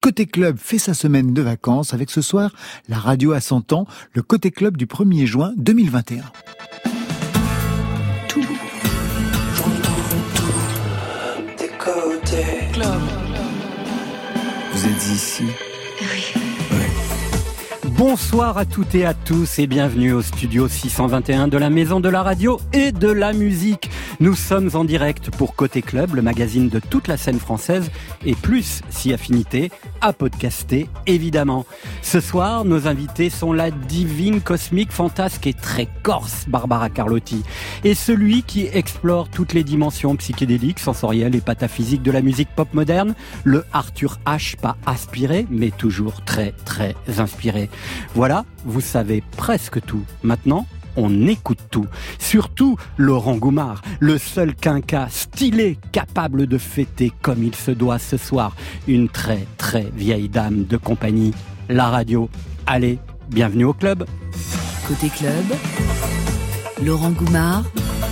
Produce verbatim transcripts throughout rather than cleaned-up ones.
Côté Club fait sa semaine de vacances avec ce soir la radio à cent ans, le Côté Club du premier juin deux mille vingt et un. Tout, j'entends tout, des côtés club. Vous êtes ici ? Oui. Bonsoir à toutes et à tous et bienvenue au studio six cent vingt et un de la Maison de la Radio et de la Musique. Nous sommes en direct pour Côté Club, le magazine de toute la scène française et plus, si affinité, à podcaster évidemment. Ce soir, nos invités sont la divine, cosmique, fantasque et très corse Barbara Carlotti et celui qui explore toutes les dimensions psychédéliques, sensorielles et pataphysiques de la musique pop moderne, le Arthur H, pas aspiré, mais toujours très très inspiré. Voilà, vous savez presque tout. Maintenant, on écoute tout. Surtout Laurent Goumard, le seul quinca stylé capable de fêter comme il se doit ce soir une très très vieille dame de compagnie, la radio. Allez, bienvenue au club. Côté Club, Laurent Goumard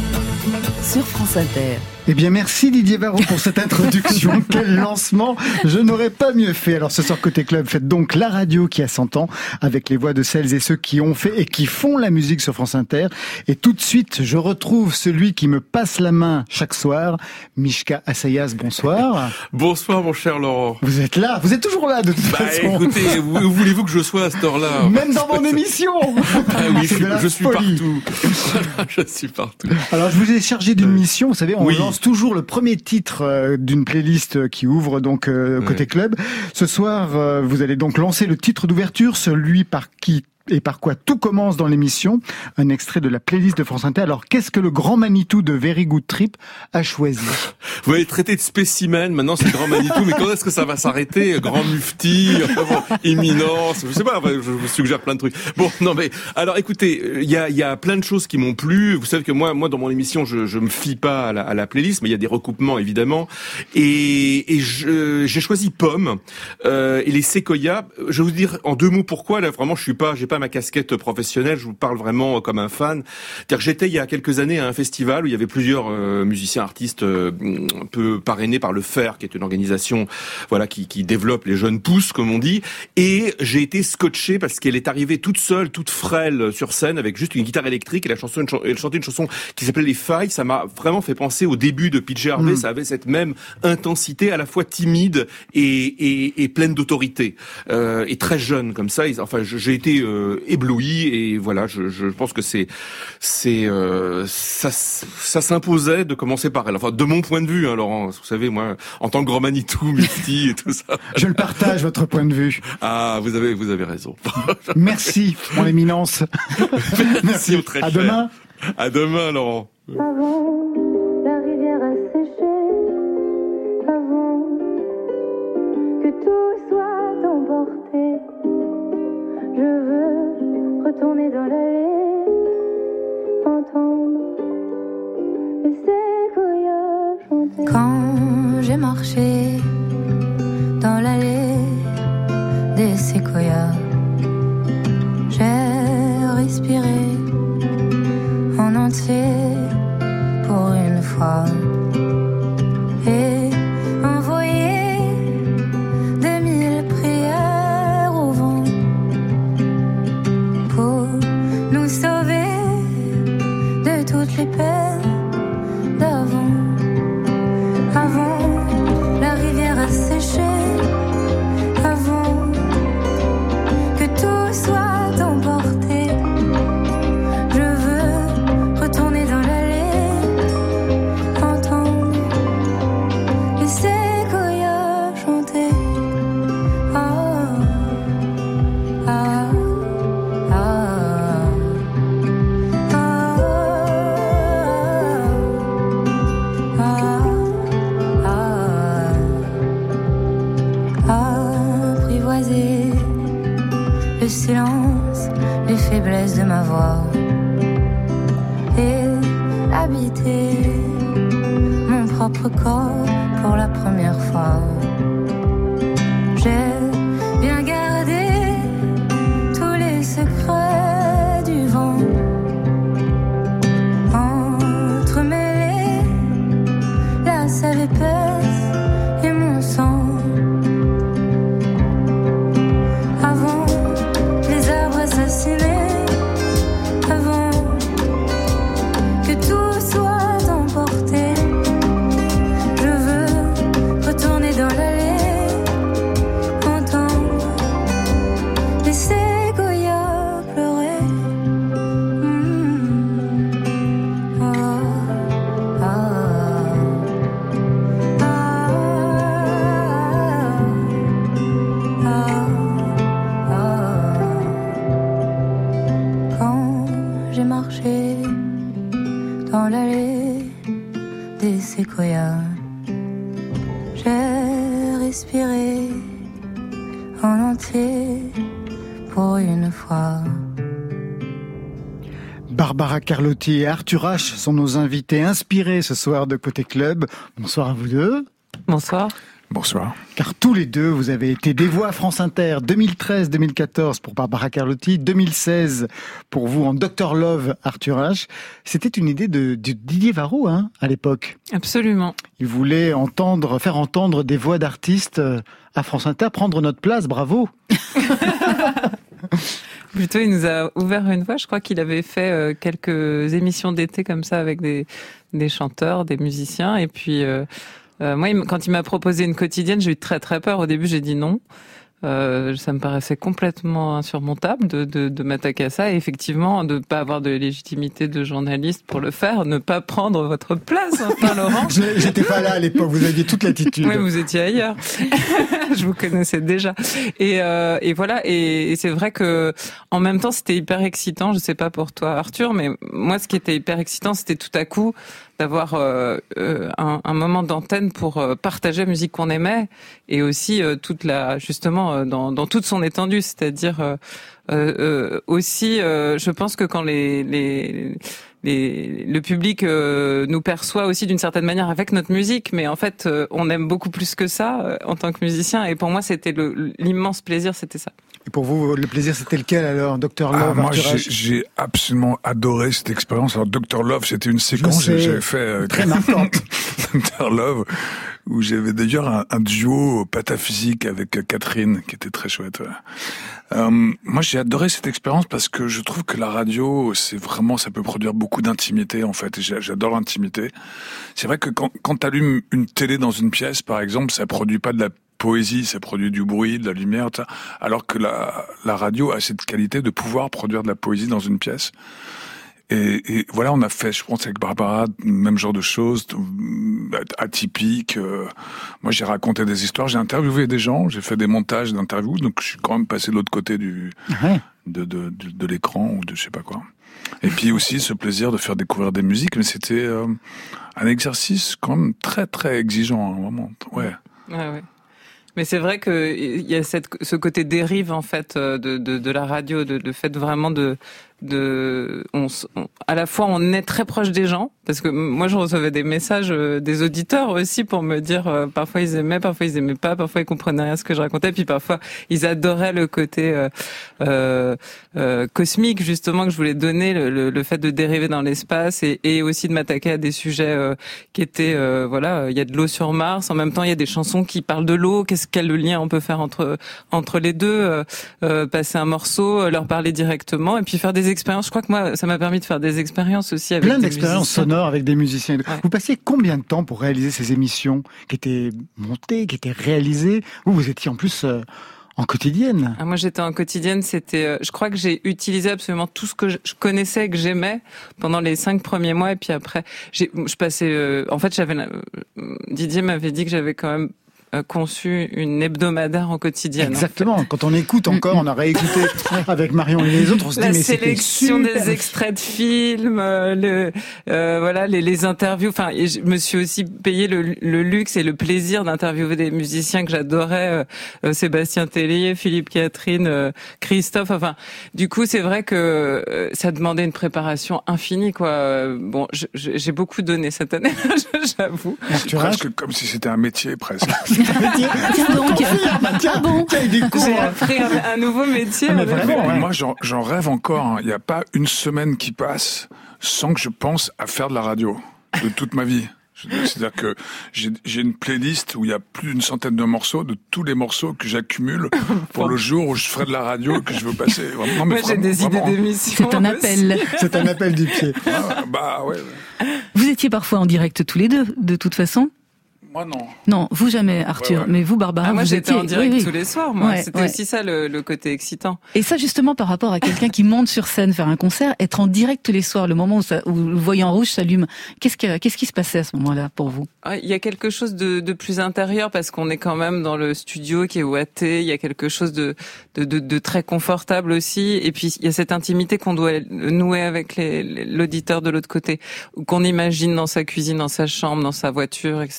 sur France Inter. Eh bien, merci Didier Varro pour cette introduction. Quel lancement! Je n'aurais pas mieux fait. Alors, ce soir, Côté Club, faites donc la radio qui a cent ans avec les voix de celles et ceux qui ont fait et qui font la musique sur France Inter. Et tout de suite, je retrouve celui qui me passe la main chaque soir, Mishka Assayas. Bonsoir. Bonsoir, mon cher Laurent. Vous êtes là. Vous êtes toujours là, de toute bah, façon. Écoutez, où, où voulez-vous que je sois à cette heure-là? Même dans mon émission. Ah oui, je, je suis partout. Je suis partout. Alors, je vous ai chargé d'une mission. Vous savez, on oui. lance toujours le premier titre euh, d'une playlist qui ouvre donc euh, Côté ouais. Club. Ce soir, euh, vous allez donc lancer le titre d'ouverture, celui par qui et par quoi tout commence dans l'émission, un extrait de la playlist de France Inter. Alors, qu'est-ce que le grand Manitou de Very Good Trip a choisi? Vous m'avez traité de spécimen, maintenant c'est grand Manitou, mais quand est-ce que ça va s'arrêter? Grand mufti, enfin bon, imminence, je sais pas, enfin, je vous suggère plein de trucs. Bon, non mais, alors écoutez, il y a, il y a plein de choses qui m'ont plu. Vous savez que moi, moi dans mon émission, je, je me fie pas à la, à la playlist, mais il y a des recoupements évidemment. Et, et je, j'ai choisi Pomme euh, et les Séquoias. Je vais vous dire en deux mots pourquoi. Là, vraiment, je suis pas, j'ai pas ma casquette professionnelle, je vous parle vraiment comme un fan. C'est-à-dire que j'étais il y a quelques années à un festival où il y avait plusieurs euh, musiciens, artistes euh, un peu parrainés par le F E R, qui est une organisation voilà qui, qui développe les jeunes pousses, comme on dit. Et j'ai été scotché parce qu'elle est arrivée toute seule, toute frêle sur scène avec juste une guitare électrique et la chanson, elle chantait une chanson qui s'appelait Les Failles. Ça m'a vraiment fait penser au début de P J Harvey. Mmh. Ça avait cette même intensité, à la fois timide et, et, et pleine d'autorité euh, et très jeune comme ça. Enfin, j'ai été euh, ébloui et voilà, je, je pense que c'est c'est euh, ça ça s'imposait de commencer par elle. Enfin, de mon point de vue, hein, Laurent. Vous savez, moi, en tant que grand Manitou, Mufti et tout ça. Je le partage, votre point de vue. Ah, vous avez vous avez raison. Merci, mon éminence. Merci, Merci au très à cher. Demain. À demain, Laurent. Avant, la rivière a séché. Avant que tout soit emporté. Je veux retourner dans l'allée, entendre les séquoias chanter. Quand j'ai marché dans l'allée des séquoias, j'ai respiré en entier pour une fois. Et envoyé des mille prières au vent pour nous sauver de toutes les peines d'avant. Avant, la rivière a séché. Avant que tout soit emporté. Je veux retourner dans l'allée, entendre les séquoias chanter. Ah, ah, ah, ah, ah, apprivoiser le silence, les faiblesses de ma voix et habiter mon propre corps pour la première fois. J'ai bien gardé tous les secrets du vent, entremêlés, la sève épaisse et mon sang. en entier pour une fois. Barbara Carlotti et Arthur H sont nos invités inspirés ce soir de Côté Club. Bonsoir à vous deux. Bonsoir. Bonsoir. Car tous les deux, vous avez été des voix à France Inter, deux mille treize deux mille quatorze pour Barbara Carlotti, deux mille seize pour vous en docteur Love, Arthur H. C'était une idée de, de Didier Varro, hein, à l'époque. Absolument. Il voulait entendre, faire entendre des voix d'artistes à France Inter, prendre notre place, bravo. Plutôt, il nous a ouvert une voie. Je crois qu'il avait fait euh, quelques émissions d'été comme ça avec des, des chanteurs, des musiciens. Et puis, euh, euh, moi, il, quand il m'a proposé une quotidienne, j'ai eu très très peur. Au début, j'ai dit non. Euh, ça me paraissait complètement insurmontable de, de, de m'attaquer à ça. Et effectivement, de ne pas avoir de légitimité de journaliste pour le faire, ne pas prendre votre place, enfin, Laurent. J'étais pas là à l'époque, vous aviez toute l'attitude. Oui, vous étiez ailleurs. Je vous connaissais déjà. Et, euh, et voilà. Et, et c'est vrai que, en même temps, c'était hyper excitant. Je sais pas pour toi, Arthur, mais moi, ce qui était hyper excitant, c'était tout à coup d'avoir euh, euh, un, un moment d'antenne pour euh, partager la musique qu'on aimait et aussi euh, toute la justement euh, dans, dans toute son étendue, c'est-à-dire euh, euh, aussi, euh, je pense que quand les les Les, le public euh, nous perçoit aussi d'une certaine manière avec notre musique, mais en fait, euh, on aime beaucoup plus que ça euh, en tant que musicien. Et pour moi, c'était le, l'immense plaisir, c'était ça. Et pour vous, le plaisir, c'était lequel alors, docteur Love? Ah, moi, j'ai, j'ai absolument adoré cette expérience. Alors, docteur Love, c'était une séquence que j'avais fait euh, très marquante. docteur Love, où j'avais d'ailleurs un, un duo pataphysique avec Catherine, qui était très chouette. Ouais. Euh, moi, j'ai adoré cette expérience parce que je trouve que la radio, c'est vraiment, ça peut produire beaucoup d'intimité, en fait. Et j'adore l'intimité. C'est vrai que quand, quand t'allumes une télé dans une pièce, par exemple, ça produit pas de la poésie, ça produit du bruit, de la lumière, tout ça. Alors que la, la radio a cette qualité de pouvoir produire de la poésie dans une pièce. Et, et voilà, on a fait, je pense, avec Barbara, même genre de choses, atypiques. Euh, moi, j'ai raconté des histoires, j'ai interviewé des gens, j'ai fait des montages d'interviews, donc je suis quand même passé de l'autre côté du ouais. de, de, de, de l'écran ou de je sais pas quoi. Et puis aussi ce plaisir de faire découvrir des musiques, mais c'était euh, un exercice quand même très très exigeant, hein, vraiment. Ouais. Ouais, ouais. Mais c'est vrai que il y a cette, ce côté dérive en fait de, de, de la radio, de, de fait vraiment de de on, on à la fois on est très proche des gens parce que moi je recevais des messages des auditeurs aussi pour me dire euh, parfois ils aimaient, parfois ils aimaient pas, parfois ils comprenaient rien à ce que je racontais, puis parfois ils adoraient le côté euh, euh, euh, cosmique justement que je voulais donner, le, le, le fait de dériver dans l'espace et, et aussi de m'attaquer à des sujets euh, qui étaient euh, voilà, il y a de l'eau sur Mars, en même temps il y a des chansons qui parlent de l'eau, qu'est-ce quel lien on peut faire entre entre les deux, euh, euh, passer un morceau, leur parler directement et puis faire des expériences. Je crois que moi, ça m'a permis de faire des expériences aussi avec plein des d'expériences musiciens. sonores avec des musiciens. Ouais. Vous passiez combien de temps pour réaliser ces émissions qui étaient montées, qui étaient réalisées? Vous, vous étiez en plus euh, en quotidienne. Ah, moi, j'étais en quotidienne. C'était, euh, je crois que j'ai utilisé absolument tout ce que je, je connaissais et que j'aimais pendant les cinq premiers mois. Et puis après, j'ai, je passais. Euh, en fait, j'avais. Euh, Didier m'avait dit que j'avais quand même conçu une hebdomadaire en quotidien. Exactement. En fait. Quand on écoute encore, on a réécouté avec Marion et les autres, on se la dit mais c'était sélection des extraits de films, euh, le euh, voilà les, les interviews. Enfin, et je me suis aussi payé le, le luxe et le plaisir d'interviewer des musiciens que j'adorais, euh, Sébastien Tellier, Philippe Catherine, euh, Christophe. Enfin, du coup, c'est vrai que euh, ça demandait une préparation infinie, quoi. Euh, bon, je, je, j'ai beaucoup donné cette année, j'avoue. C'est presque comme si c'était un métier, presque. Tiens donc, tiens, bon, tiens, il découvre. J'ai appris un, un nouveau métier. Ah, mais vraiment, mais ouais. Moi, j'en, j'en rêve encore. Il n'y a pas une semaine qui passe sans que je pense à faire de la radio de toute ma vie. C'est-à-dire que j'ai, j'ai une playlist où il y a plus d'une centaine de morceaux, de tous les morceaux que j'accumule pour le jour où je ferai de la radio, que je veux passer. Non, mais moi, j'ai des idées d'émissions. C'est un appel. C'est un appel du pied. Ah, bah ouais, ouais. Vous étiez parfois en direct tous les deux, de toute façon? Moi, non. Non, vous jamais, Arthur. Ouais, ouais. Mais vous, Barbara, ah, moi, vous j'étais étiez... en direct oui, oui. tous les soirs, moi. Ouais, C'était ouais. aussi ça, le, le côté excitant. Et ça, justement, par rapport à quelqu'un qui monte sur scène faire un concert, être en direct tous les soirs, le moment où, ça, où le voyant rouge s'allume, qu'est-ce, que, qu'est-ce qui se passait à ce moment-là pour vous? Il y a quelque chose de, de plus intérieur parce qu'on est quand même dans le studio qui est ouaté. Il y a quelque chose de, de, de, de très confortable aussi. Et puis, il y a cette intimité qu'on doit nouer avec les, l'auditeur de l'autre côté, qu'on imagine dans sa cuisine, dans sa chambre, dans sa voiture, et cetera.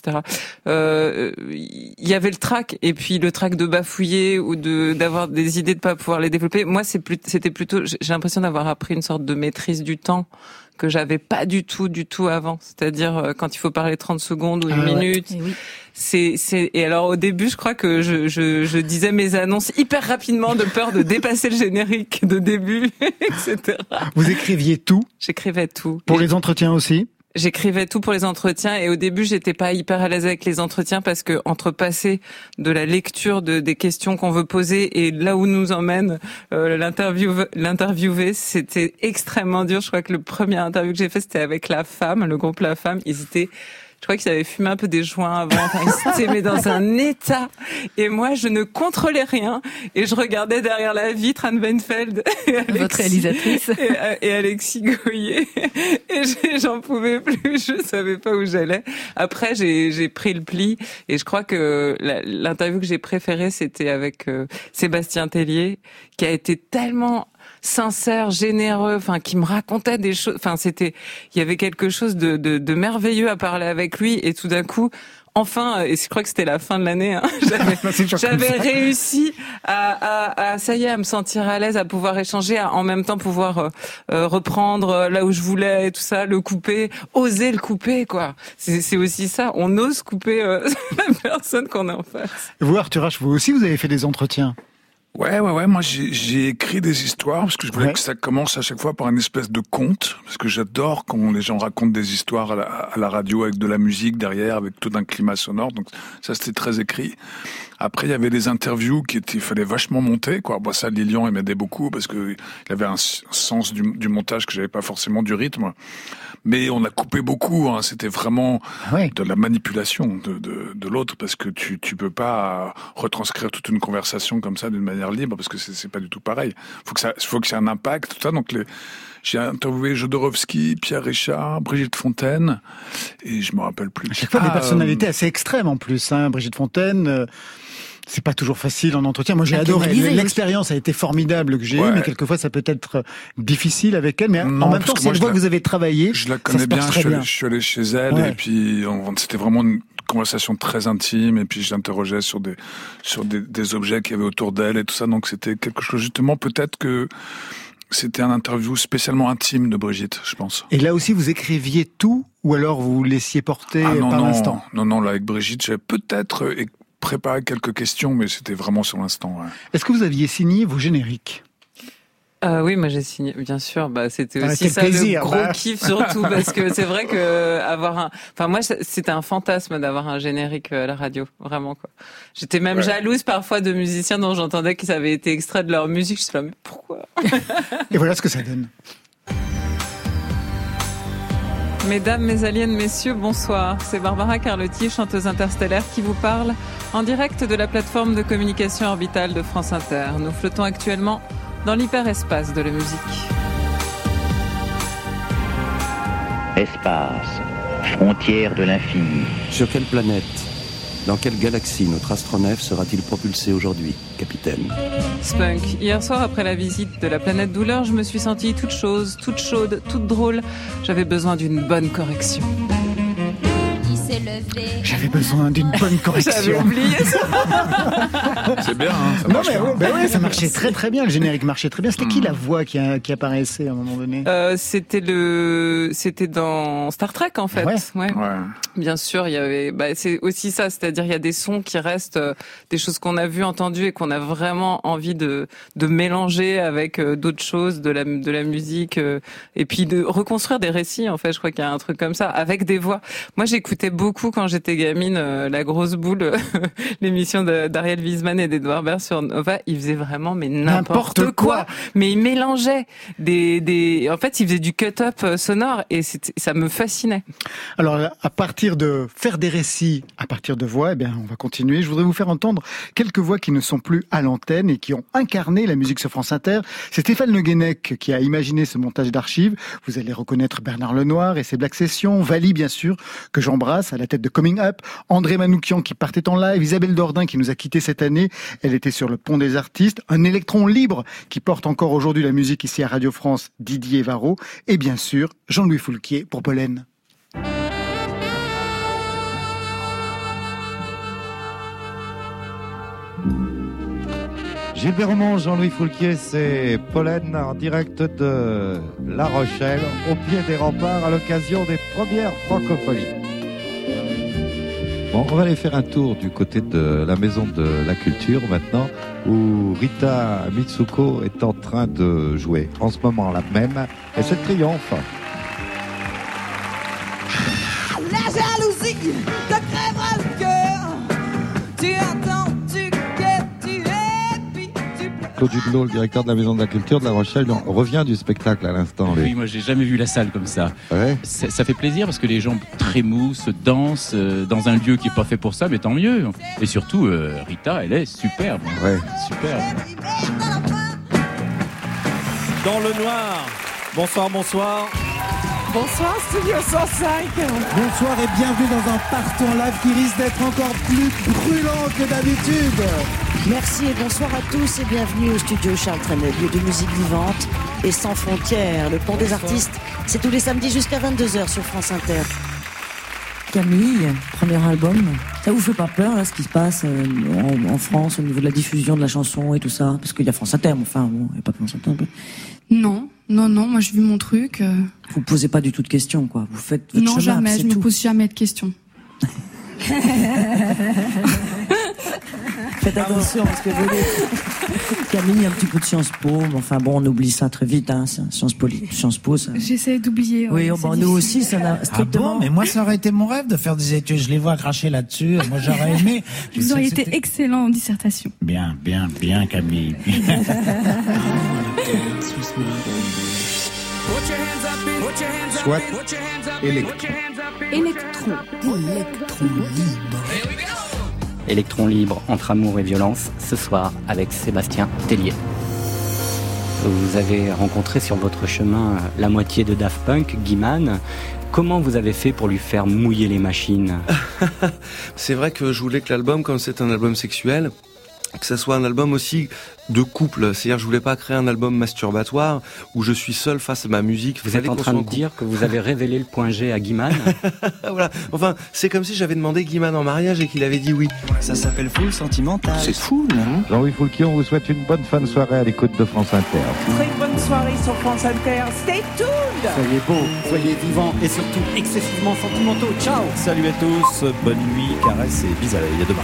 euh, il y avait le trac, et puis le trac de bafouiller ou de d'avoir des idées de pas pouvoir les développer. Moi, c'est plus, c'était plutôt, j'ai l'impression d'avoir appris une sorte de maîtrise du temps que j'avais pas du tout, du tout avant. C'est-à-dire quand il faut parler trente secondes ou une ah, minute. Ouais. Oui. C'est, c'est, et alors au début, je crois que je, je, je disais mes annonces hyper rapidement de peur de dépasser le générique de début, et cetera. Vous écriviez tout? J'écrivais tout. Pour et les entretiens aussi? J'écrivais tout pour les entretiens, et au début j'étais pas hyper à l'aise avec les entretiens parce que entre passer de la lecture de des questions qu'on veut poser et là où nous emmène euh, l'interview l'interviewé, c'était extrêmement dur. Je crois que le premier interview que j'ai fait, c'était avec La Femme, le groupe La Femme. Ils étaient Je crois qu'ils avaient fumé un peu des joints avant. Enfin, ils s'étaient mis dans un état. Et moi, je ne contrôlais rien. Et je regardais derrière la vitre Anne Benfeld et Alexis, votre réalisatrice, et, et Alexis Goyer. Et j'en pouvais plus. Je savais pas où j'allais. Après, j'ai, j'ai pris le pli. Et je crois que la, l'interview que j'ai préférée, c'était avec euh, Sébastien Tellier, qui a été tellement sincère, généreux, enfin qui me racontait des choses, enfin c'était, il y avait quelque chose de, de, de merveilleux à parler avec lui, et tout d'un coup, enfin, et je crois que c'était la fin de l'année, hein, j'avais, j'avais réussi à, à, à, ça y est, à me sentir à l'aise, à pouvoir échanger, à en même temps pouvoir euh, euh, reprendre là où je voulais et tout ça, le couper, oser le couper, quoi. C'est, c'est aussi ça, on ose couper euh, la personne qu'on est en face. Vous, Arthur H, vous aussi, vous avez fait des entretiens? Ouais, ouais, ouais. Moi, j'ai, j'ai écrit des histoires parce que je voulais ouais. que ça commence à chaque fois par une espèce de conte, parce que j'adore quand les gens racontent des histoires à la, à la radio avec de la musique derrière, avec tout un climat sonore. Donc ça, c'était très écrit. Après, il y avait des interviews qui étaient, il fallait vachement monter, quoi. Bon, ça, Lilian, il m'aidait beaucoup parce que il avait un sens du, du montage que j'avais pas forcément du rythme. Mais on a coupé beaucoup, hein. C'était vraiment ouais. de la manipulation de, de, de l'autre, parce que tu, tu peux pas retranscrire toute une conversation comme ça d'une manière libre, parce que c'est, c'est pas du tout pareil. Faut que ça, faut que ça ait un impact, tout ça. Donc les, j'ai interviewé Jodorowsky, Pierre Richard, Brigitte Fontaine, et je me rappelle plus. À chaque fois ah, des personnalités euh... assez extrêmes en plus, hein. Brigitte Fontaine. Euh... C'est pas toujours facile en entretien. Moi, j'ai ah, adoré. L'expérience a été formidable que j'ai ouais. eue, mais quelquefois, ça peut être difficile avec elle. Mais non, en même temps, si elle voit que vous avez travaillé, je la connais bien. Je suis, allé, je suis allé chez elle, ouais. et puis on, c'était vraiment une conversation très intime. Et puis je l'interrogeais sur des sur des, des objets qu'il y avait autour d'elle et tout ça. Donc c'était quelque chose, justement, peut-être que c'était un interview spécialement intime de Brigitte, je pense. Et là aussi, vous écriviez tout, ou alors vous vous laissiez porter ah, non, par non, l'instant? Non, non, là avec Brigitte, j'avais peut-être préparé quelques questions, mais c'était vraiment sur l'instant. Ouais. Est-ce que vous aviez signé vos génériques? Euh, oui, moi j'ai signé, bien sûr. Bah, c'était aussi ah, ça plaisir, le gros bah. kiff surtout, parce que c'est vrai que avoir un, enfin moi c'était un fantasme d'avoir un générique à la radio, vraiment quoi. J'étais même ouais. jalouse parfois de musiciens dont j'entendais qu'ils avaient été extraits de leur musique. Je suis là, mais pourquoi? Et voilà ce que ça donne. Mesdames, mes aliens, messieurs, bonsoir. C'est Barbara Carlotti, chanteuse interstellaire, qui vous parle en direct de la plateforme de communication orbitale de France Inter. Nous flottons actuellement dans l'hyperespace de la musique. Espace, frontière de l'infini. Sur quelle planète, dans quelle galaxie notre astronef sera-t-il propulsé aujourd'hui, capitaine? Spunk. Hier soir, après la visite de la planète Douleur, je me suis sentie toute chose, toute chaude, toute drôle. J'avais besoin d'une bonne correction. J'avais besoin d'une bonne correction. J'avais oublié ça. C'est bien, hein, ça non, marche mais bien. Ouais, bah ouais, ça marchait très très bien. Le générique marchait très bien. C'était mmh. qui la voix qui, a, qui apparaissait à un moment donné? euh, C'était le, c'était dans Star Trek en fait. Ouais. Ouais. ouais. Bien sûr, il y avait. Bah, c'est aussi ça, c'est-à-dire il y a des sons qui restent, euh, des choses qu'on a vues, entendues et qu'on a vraiment envie de de mélanger avec euh, d'autres choses, de la de la musique, euh, et puis de reconstruire des récits. En fait, je crois qu'il y a un truc comme ça avec des voix. Moi, j'écoutais beaucoup quand j'étais gamine, euh, La Grosse Boule, l'émission de, d'Ariel Wiesman et d'Edouard Baird sur Nova. Ils faisaient vraiment mais n'importe, n'importe quoi. quoi. Mais ils mélangeaient des des. En fait, ils faisaient du cut-up sonore et c'était, ça me fascinait. Alors, à partir de faire des récits, à partir de voix, eh bien, on va continuer. Je voudrais vous faire entendre quelques voix qui ne sont plus à l'antenne et qui ont incarné la musique sur France Inter. C'est Stéphane Le Guenec qui a imaginé ce montage d'archives. Vous allez reconnaître Bernard Lenoir et ses Black Sessions, Vali bien sûr, que j'embrasse à la tête de Coming Up, André Manoukian qui partait en live, Isabelle Dordain qui nous a quittés cette année, elle était sur le pont des artistes, un électron libre qui porte encore aujourd'hui la musique ici à Radio France, Didier Varro, et bien sûr Jean-Louis Foulquier pour Pollen. Gilbert Romand, Jean-Louis Foulquier, c'est Pollen en direct de La Rochelle, au pied des remparts, à l'occasion des premières francophonies. Bon, on va aller faire un tour du côté de la Maison de la Culture maintenant, où Rita Mitsuko est en train de jouer en ce moment là même, et c'est le triomphe. La jalousie te crèvera le cœur. Tu attends, tu guettes, tu es, puis tu pleures. Claude Judelot, le directeur de la Maison de la Culture de La Rochelle, on revient du spectacle à l'instant. Oui, moi j'ai jamais vu la salle comme ça. Ouais. Ça, ça fait plaisir parce que les gens trémoussent, dansent euh, dans un lieu qui est pas fait pour ça, mais tant mieux. Et surtout, euh, Rita, elle est superbe. Ouais. Superbe. Dans le noir. Bonsoir, bonsoir. Bonsoir Studio cent cinq. Bonsoir et bienvenue dans un party en live qui risque d'être encore plus brûlant que d'habitude. Merci et bonsoir à tous et bienvenue au studio Charles Trenet, lieu de musique vivante et sans frontières. Le Pont des Artistes, c'est tous les samedis jusqu'à vingt-deux heures sur France Inter. Camille, premier album. Ça vous fait pas peur là ce qui se passe euh, en, en France au niveau de la diffusion de la chanson et tout ça? Parce qu'il y a France Inter, mais enfin bon, il n'y a pas France Inter. Non, non, non, moi je vis mon truc. Euh... Vous posez pas du tout de questions, quoi. Vous faites votre non, chemin. Non, jamais, je tout. me pose jamais de questions. Faites attention à ce que vous dites. Camille, un petit peu de Sciences Po, mais enfin bon, on oublie ça très vite, hein. Sciences Po, Sciences Po, ça... J'essaie d'oublier. Oui, ouais, bon, nous aussi, ça n'a strictement... Ah bon, mais moi, ça aurait été mon rêve de faire des études. Je les vois cracher là-dessus. Moi, j'aurais aimé. Vous auriez été excellent en dissertation. Bien, bien, bien, Camille. Soit électron. Électron. Électron libre. Électron libre entre amour et violence, ce soir avec Sébastien Tellier. Vous avez rencontré sur votre chemin la moitié de Daft Punk, Guy Mann. Comment vous avez fait pour lui faire mouiller les machines? C'est vrai que je voulais que l'album, comme c'est un album sexuel, que ça soit un album aussi de couple. C'est-à-dire, je voulais pas créer un album masturbatoire où je suis seul face à ma musique. Vous êtes en train de dire que vous avez révélé le point G à Guy Mann? Voilà. Enfin, c'est comme si j'avais demandé Guy Mann en mariage et qu'il avait dit oui. Ça s'appelle full sentimental. C'est fou, non? Jean-Louis Foulquier, on vous souhaite une bonne fin de soirée à l'écoute de France Inter. Très bonne soirée sur France Inter. Stay tuned. Soyez beaux, soyez vivants et surtout excessivement sentimentaux. Ciao. Salut à tous, bonne nuit, caresses et bis à demain.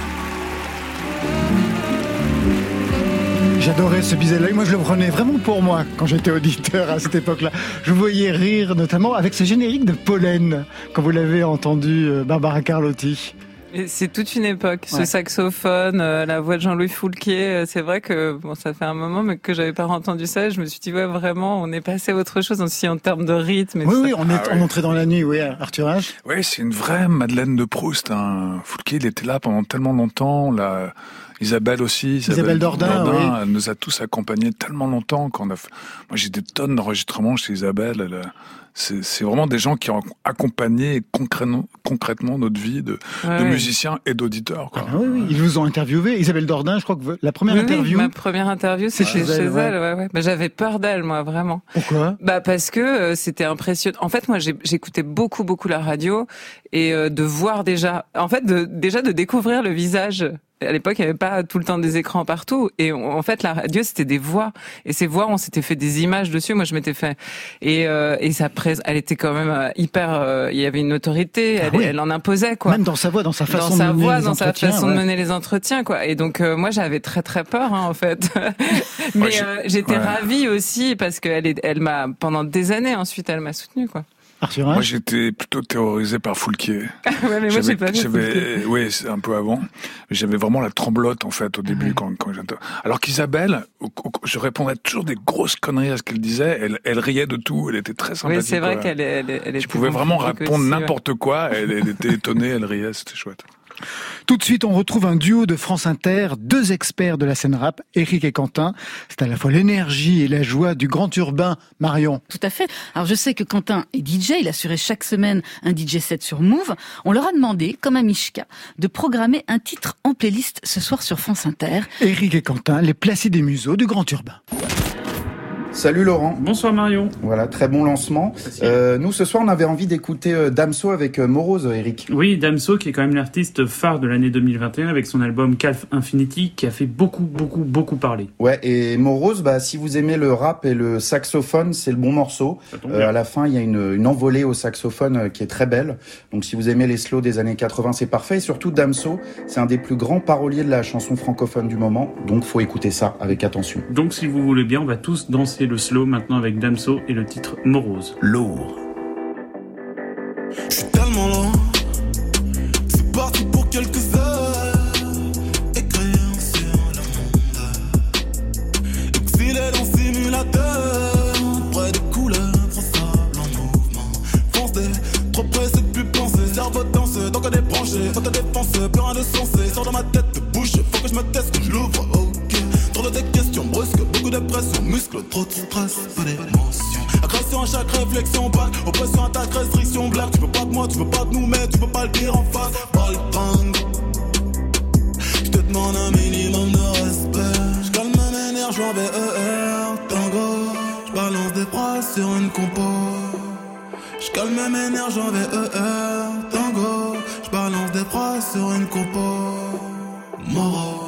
J'adorais ce baiser l'œil. Moi, je le prenais vraiment pour moi quand j'étais auditeur à cette époque-là. Je vous voyais rire, notamment avec ce générique de Pollen, quand vous l'avez entendu, Barbara Carlotti. Et c'est toute une époque. Ouais. Ce saxophone, euh, la voix de Jean-Louis Foulquier. euh, C'est vrai que bon, ça fait un moment, mais que j'avais pas entendu ça. Je me suis dit ouais, vraiment, on est passé à autre chose aussi en termes de rythme. Et Oui, tout oui, ça. on est Ah on ouais. entrait dans la nuit, oui, Arthur H. Oui, c'est une vraie Madeleine de Proust. Hein. Foulquier, il était là pendant tellement longtemps. La... Isabelle aussi. Isabelle, Isabelle Dordain, oui. Elle nous a tous accompagnés tellement longtemps qu'on a fait... Moi, j'ai des tonnes d'enregistrements chez Isabelle. Elle a... c'est, c'est vraiment des gens qui ont accompagné concrètement, concrètement notre vie de, Ouais, de ouais. musiciens et d'auditeurs. Quoi. Ah, oui, oui, ils vous ont interviewé. Isabelle Dordain, je crois que la première Oui, oui, interview. ma première interview, C'est c'était chez chez, elle, elle. ouais. ouais, ouais. Bah, j'avais peur d'elle, moi, vraiment. Pourquoi? Bah parce que euh, c'était impressionnant. En fait, moi, j'ai, j'écoutais beaucoup, beaucoup la radio et euh, de voir déjà, en fait, de, déjà de découvrir le visage. À l'époque, il n'y avait pas tout le temps des écrans partout. Et on- en fait, la radio, c'était des voix. Et ces voix, on s'était fait des images dessus. Moi, je m'étais fait... Et, euh, et ça, pré- elle était quand même euh, hyper... euh, il y avait une autorité. Elle, Ah oui. elle en imposait, quoi. Même dans sa voix, dans sa façon dans sa de mener voix, les dans sa entretiens, façon ouais. de mener les entretiens, quoi. Et donc, euh, moi, j'avais très, très peur, hein, en fait. Mais Ouais, je- euh, j'étais ouais. ravie aussi parce qu'elle est, elle m'a... Pendant des années, ensuite, elle m'a soutenue, quoi. Arthur Moi, H. j'étais plutôt terrorisé par Foulquier. Ouais, mais moi, j'ai pas vu j'avais, oui, c'est un peu avant. Mais j'avais vraiment la tremblote, en fait, au début, quand, quand j'entends. Alors qu'Isabelle, au- au- je répondais toujours des grosses conneries à ce qu'elle disait. Elle, elle riait de tout. Elle était très sympathique. Oui, c'est vrai quoi. qu'elle est, elle, est- elle Je était pouvais vraiment compliquée répondre aussi, ouais. n'importe quoi. Elle, elle était étonnée, elle riait, c'était chouette. Tout de suite, on retrouve un duo de France Inter, deux experts de la scène rap, Éric et Quentin. C'est à la fois l'énergie et la joie du grand urbain. Marion. Tout à fait. Alors je sais que Quentin est D J, il assurait chaque semaine un D J set sur Move. On leur a demandé, comme à Mishka, de programmer un titre en playlist ce soir sur France Inter. Éric et Quentin, les Placides et Museaux du grand urbain. Salut Laurent. Bonsoir Marion. Voilà, très bon lancement. Euh, nous, ce soir, on avait envie d'écouter euh, Damso avec euh, Morose, Eric. Oui, Damso qui est quand même l'artiste phare de l'année deux mille vingt et un avec son album Calf Infinity qui a fait beaucoup, beaucoup, beaucoup parler. Ouais, et Morose, bah, si vous aimez le rap et le saxophone, c'est le bon morceau. Euh, à la fin, il y a une, une envolée au saxophone euh, qui est très belle. Donc si vous aimez les slows des années quatre-vingts, c'est parfait. Et surtout, Damso, c'est un des plus grands paroliers de la chanson francophone du moment. Donc faut écouter ça avec attention. Donc si vous voulez bien, on va tous danser le slow maintenant avec Damso et le titre Morose. Lourd. Je suis tellement loin, c'est parti pour quelques heures. Écrire sur le monde, exilé dans simulateur, près des couleurs, traçables en mouvement. Foncez, trop pressé de plus penser, cerveau danse, tant que débranché, tant que défense, plus rien de sensé, sort dans ma tête de bouche, faut que je me teste, que je l'ouvre, ok. Trop de questions brusques, beaucoup de pression, muscles, trop de stress, peu d'émotion. Agression à chaque réflexion, back, oppression, attaque, restriction, blague. Tu veux pas de moi, tu veux pas de nous, mais tu peux pas le dire en face. Pas le tango. Je te demande un minimum de respect. Je calme mes nerfs, j'en vais E R, tango. Je balance des bras sur une compo. Je calme mes nerfs, j'en vais E R, tango. Je balance des bras sur une compo. Moro.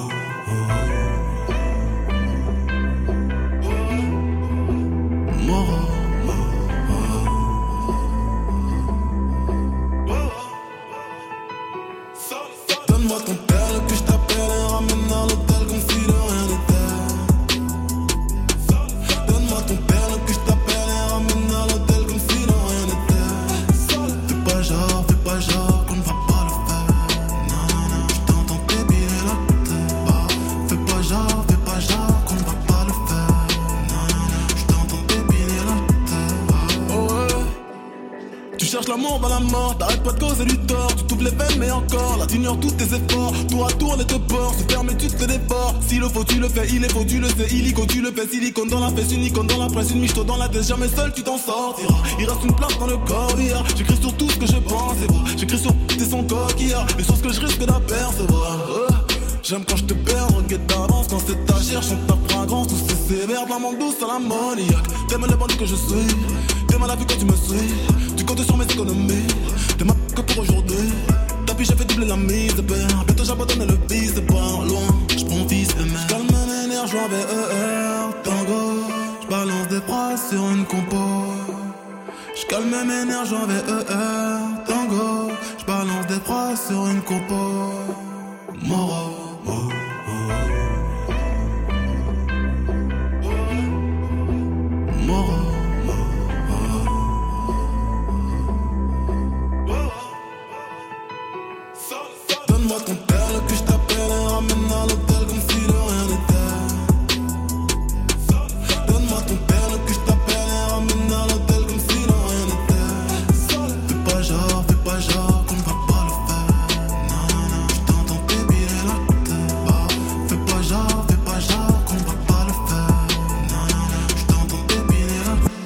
Donne-moi ton tel que je t'appelle et ramène à l'hôtel comme si de rien n'était. Donne-moi ton tel que je t'appelle et ramène à l'hôtel comme si de rien n'était. Fais pas genre, fais pas genre qu'on ne va pas le faire. Non, non, non, je t'entends t'ébiller la tête. Fais pas genre, fais pas genre qu'on ne va pas le faire. Non, non, non, je t'entends t'ébiller la tête. Oh ouais. Tu cherches l'amour, bah la mort, t'arrêtes pas de causer du tort. Tu t'ouvres les veines mais encore, là t'ignores tous tes efforts. Tour à tour les te ports, se ferme et tu te dévores. S'il le faut tu le fais, il est faux tu le sais. Illico tu le fais, silicone dans la fesse, une icône dans la presse. Une michto dans la tête, jamais seul tu t'en sortiras. Il reste une place dans le corps, yeah. J'écris sur tout ce que je pense et vois. J'écris sur tes sons coquillards, les choses que je risque d'apercevoir. euh, J'aime quand je te perds, regrette d'avance. Quand c'est ta chair, chante ta fragrance. Tous ces sévères, de la manque douce à l'ammoniaque. T'aimes le bandit que je suis, t'aimes la vie quand tu me suis. Tu comptes sur mes économies, t'es ma que pour aujourd'hui. Depuis j'ai fait doubler la mise de père. Bientôt j'abandonne le vice de pas loin. J'prends fils et mère. J'calme mes nerfs, j'en vais E R, tango. J'balance des bras sur une compo. J'calme mes nerfs, j'en vais E R, tango. J'balance des bras sur une compo. Moro. Moro. Donne-moi ton tel que je t'appelle et ramène à l'hôtel comme si de rien n'était. Donne-moi ton tel que je t'appelle et ramène à l'hôtel comme si de rien n'était. Fais pas genre, fais pas genre qu'on ne va pas le faire. Non, non, non, je t'entends t'ébiller la tête. Fais pas genre, fais pas genre qu'on ne va pas le faire. Non, non, non, je t'entends t'ébiller la tête.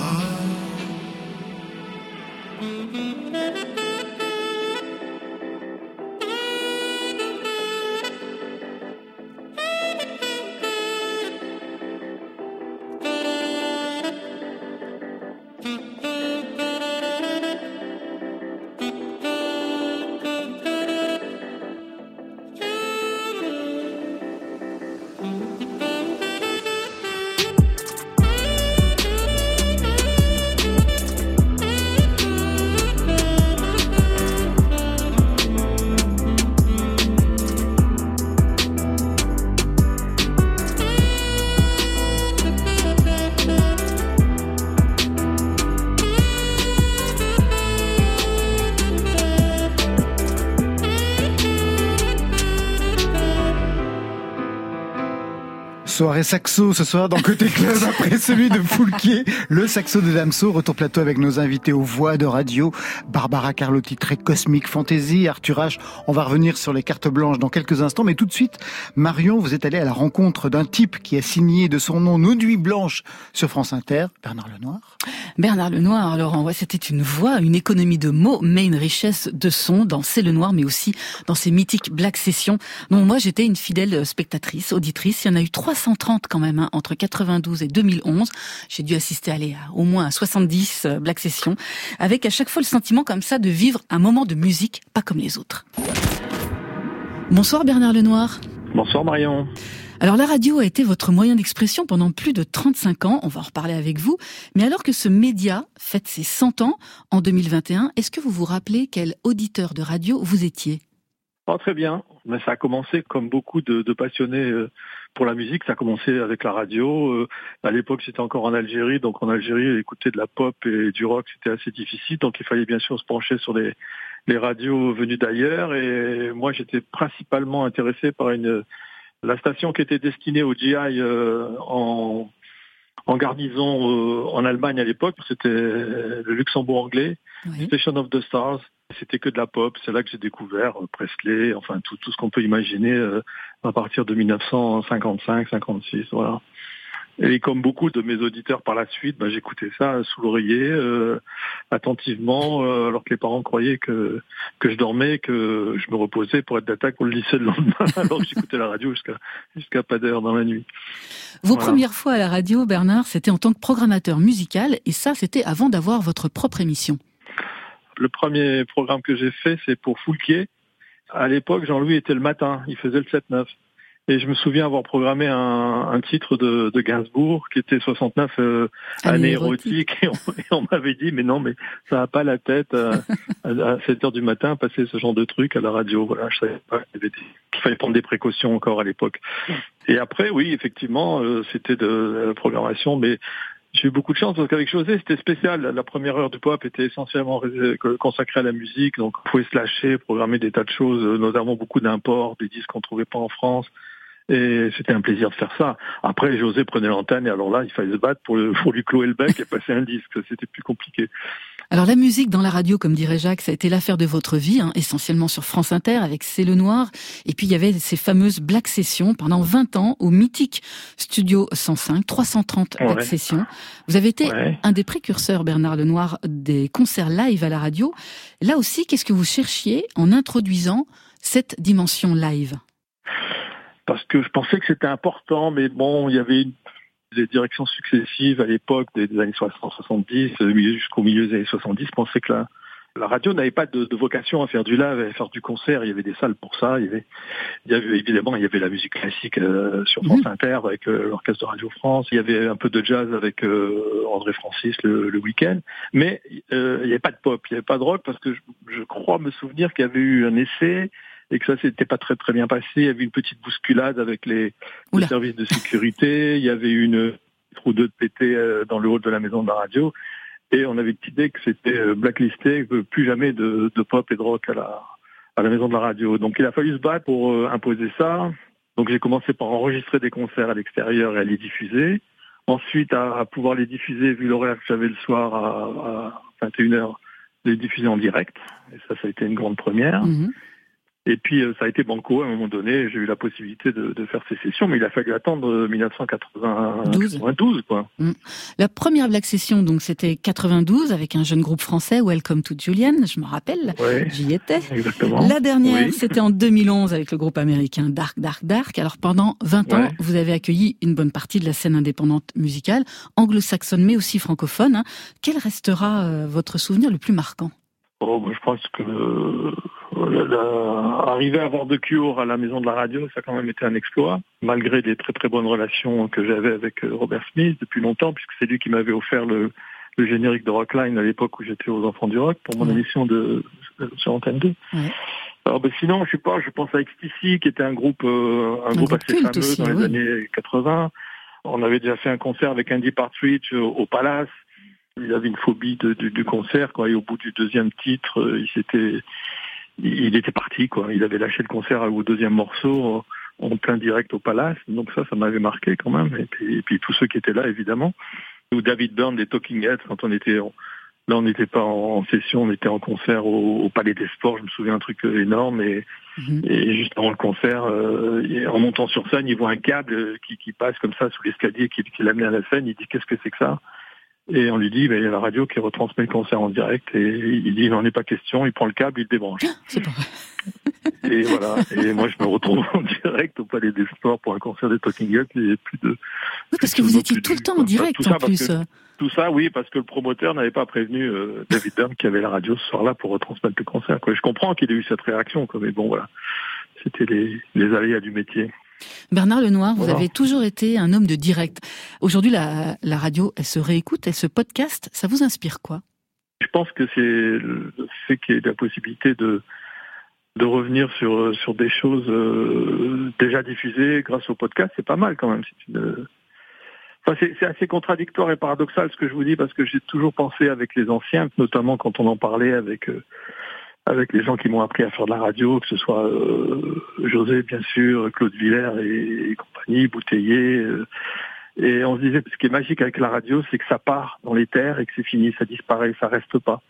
Soirée saxo ce soir dans Côté Club après celui de Foulquier, le saxo de Damso. Retour plateau avec nos invités aux voix de radio, Barbara Carlotti, très cosmique fantasy, Arthur H. On va revenir sur les cartes blanches dans quelques instants, mais tout de suite, Marion, vous êtes allée à la rencontre d'un type qui a signé de son nom Nos Nuits Blanches sur France Inter, Bernard Lenoir. Bernard Lenoir, Laurent, ouais, c'était une voix, une économie de mots, mais une richesse de sons dans C'est le Noir, mais aussi dans ces mythiques Black Sessions, dont moi j'étais une fidèle spectatrice, auditrice. Il y en a eu trois cent trente quand même, hein, entre quatre-vingt-douze et deux mille onze. J'ai dû assister allez, à au moins à soixante-dix euh, Black Sessions, avec à chaque fois le sentiment comme ça de vivre un moment de musique pas comme les autres. Bonsoir Bernard Lenoir. Bonsoir Marion. Alors la radio a été votre moyen d'expression pendant plus de trente-cinq ans, on va en reparler avec vous, mais alors que ce média fête ses cent ans en deux mille vingt et un, est-ce que vous vous rappelez quel auditeur de radio vous étiez ? Oh, très bien, mais ça a commencé comme beaucoup de, de passionnés pour la musique, ça a commencé avec la radio. À l'époque j'étais encore en Algérie, donc en Algérie écouter de la pop et du rock c'était assez difficile, donc il fallait bien sûr se pencher sur les, les radios venues d'ailleurs, et moi j'étais principalement intéressé par une... la station qui était destinée au G I euh, en, en garnison euh, en Allemagne à l'époque, c'était le Luxembourg anglais, oui. Station of the Stars. C'était que de la pop, c'est là que j'ai découvert euh, Presley, enfin tout, tout ce qu'on peut imaginer euh, à partir de dix-neuf cent cinquante-cinq cinquante-six, voilà. Et comme beaucoup de mes auditeurs par la suite, bah, j'écoutais ça sous l'oreiller, euh, attentivement, euh, alors que les parents croyaient que que je dormais, que je me reposais pour être d'attaque pour le lycée le lendemain, alors que j'écoutais la radio jusqu'à jusqu'à pas d'heure dans la nuit. Vos voilà. premières fois à la radio, Bernard, c'était en tant que programmateur musical, et ça, c'était avant d'avoir votre propre émission. Le premier programme que j'ai fait, c'est pour Foulquier. À l'époque, Jean-Louis était le matin, il faisait le sept neuf. Et je me souviens avoir programmé un, un titre de, de Gainsbourg qui était soixante-neuf, euh, année érotique. Et on, et on m'avait dit, mais non, mais ça n'a pas la tête à, à sept heures du matin passer ce genre de truc à la radio. Voilà, je savais pas qu'il fallait prendre des précautions encore à l'époque. Et après, oui, effectivement, euh, c'était de la programmation, mais j'ai eu beaucoup de chance parce qu'avec José, c'était spécial. La première heure du pop était essentiellement consacrée à la musique, donc on pouvait se lâcher, programmer des tas de choses, notamment beaucoup d'imports, des disques qu'on trouvait pas en France. Et c'était un plaisir de faire ça. Après, José prenait l'antenne et alors là, il fallait se battre pour, le, pour lui clouer le bec et passer un disque. C'était plus compliqué. Alors la musique dans la radio, comme dirait Jacques, ça a été l'affaire de votre vie, hein, essentiellement sur France Inter avec C'est le Noir. Et puis il y avait ces fameuses Black Sessions pendant vingt ans au mythique Studio cent cinq, trois cent trente ouais. Black Sessions. Vous avez été ouais. un des précurseurs, Bernard Lenoir, des concerts live à la radio. Là aussi, qu'est-ce que vous cherchiez en introduisant cette dimension live ? Parce que je pensais que c'était important, mais bon, il y avait une, des directions successives à l'époque des, des années soixante soixante-dix, jusqu'au milieu des années soixante-dix, je pensais que la, la radio n'avait pas de, de vocation à faire du live, à faire du concert. Il y avait des salles pour ça. Il y avait, il y avait évidemment, il y avait la musique classique euh, sur France Inter avec euh, l'orchestre de Radio France. Il y avait un peu de jazz avec euh, André Francis le, le week-end. Mais euh, il n'y avait pas de pop, il n'y avait pas de rock parce que je, je crois me souvenir qu'il y avait eu un essai et que ça s'était pas très très bien passé. Il y avait une petite bousculade avec les, les services de sécurité. Il y avait une trou de pété dans le hall de la maison de la radio. Et on avait l'idée que c'était blacklisté, que plus jamais de, de pop et de rock à la, à la maison de la radio. Donc il a fallu se battre pour euh, imposer ça. Donc j'ai commencé par enregistrer des concerts à l'extérieur et à les diffuser. Ensuite, à, à pouvoir les diffuser, vu l'horaire que j'avais le soir à, à vingt et une heures, les diffuser en direct. Et ça, ça a été une grande première. Mmh. Et puis ça a été banco à un moment donné, j'ai eu la possibilité de, de faire ces sessions, mais il a fallu attendre dix-neuf cent quatre-vingt-douze quoi. Mmh. La première Black Session, donc c'était quatre-vingt-douze avec un jeune groupe français, Welcome to Julian, je me rappelle, ouais, j'y étais. Exactement. La dernière, oui. c'était en deux mille onze avec le groupe américain Dark Dark Dark. Alors pendant vingt ans, ouais. vous avez accueilli une bonne partie de la scène indépendante musicale, anglo-saxonne mais aussi francophone. Hein. Quel restera euh, votre souvenir le plus marquant ? Oh, bah, je pense que euh, la, la, arriver à avoir de Cure à la maison de la radio, ça a quand même été un exploit, malgré des très très bonnes relations que j'avais avec Robert Smith depuis longtemps, puisque c'est lui qui m'avait offert le, le générique de Rockline à l'époque où j'étais aux Enfants du Rock pour mon ouais. émission de, de sur Antenne deux. Ouais. Alors ben, sinon, je sais pas, je pense à X T C qui était un groupe euh, un, un groupe assez fameux aussi, dans les oui. années quatre-vingts. On avait déjà fait un concert avec Andy Partridge au, au Palace. Il avait une phobie de, de, du concert, quoi. Et au bout du deuxième titre, il s'était, il était parti, quoi. Il avait lâché le concert au deuxième morceau en plein direct au Palace. Donc ça, ça m'avait marqué quand même. Et puis, et puis tous ceux qui étaient là, évidemment. Ou David Byrne des Talking Heads, quand on était, en, là, on n'était pas en, en session, on était en concert au, au Palais des Sports. Je me souviens un truc énorme. Et, mmh. et juste avant le concert, euh, en montant sur scène, il voit un câble qui, qui passe comme ça sous l'escalier, qui, qui l'amenait à la scène. Il dit qu'est-ce que c'est que ça? Et on lui dit, ben, il y a la radio qui retransmet le concert en direct, et il dit, il n'en est pas question, il prend le câble, il le débranche. C'est pas vrai. Et voilà. Et moi, je me retrouve en direct au Palais des Sports pour un concert des Talking Heads. Il y a plus de. Oui, parce que vous étiez tout le temps en direct, tout ça en plus. Que, tout ça, oui, parce que le promoteur n'avait pas prévenu euh, David Byrne qui avait la radio ce soir-là pour retransmettre le concert, quoi. Je comprends qu'il ait eu cette réaction, quoi, mais bon, voilà. C'était les, les aléas du métier. Bernard Lenoir, vous Voilà. avez toujours été un homme de direct. Aujourd'hui, la, la radio, elle se réécoute, elle se podcast. Ça vous inspire quoi? Je pense que c'est le fait qu'il y ait la possibilité de de revenir sur sur des choses euh, déjà diffusées grâce au podcast, c'est pas mal quand même. C'est une... Enfin, c'est, c'est assez contradictoire et paradoxal ce que je vous dis, parce que j'ai toujours pensé avec les anciens, notamment quand on en parlait avec euh, avec les gens qui m'ont appris à faire de la radio, que ce soit euh, José, bien sûr, Claude Villers et, et compagnie, Bouteiller. Euh, et on se disait, ce qui est magique avec la radio, c'est que ça part dans les terres et que c'est fini, ça disparaît, ça reste pas.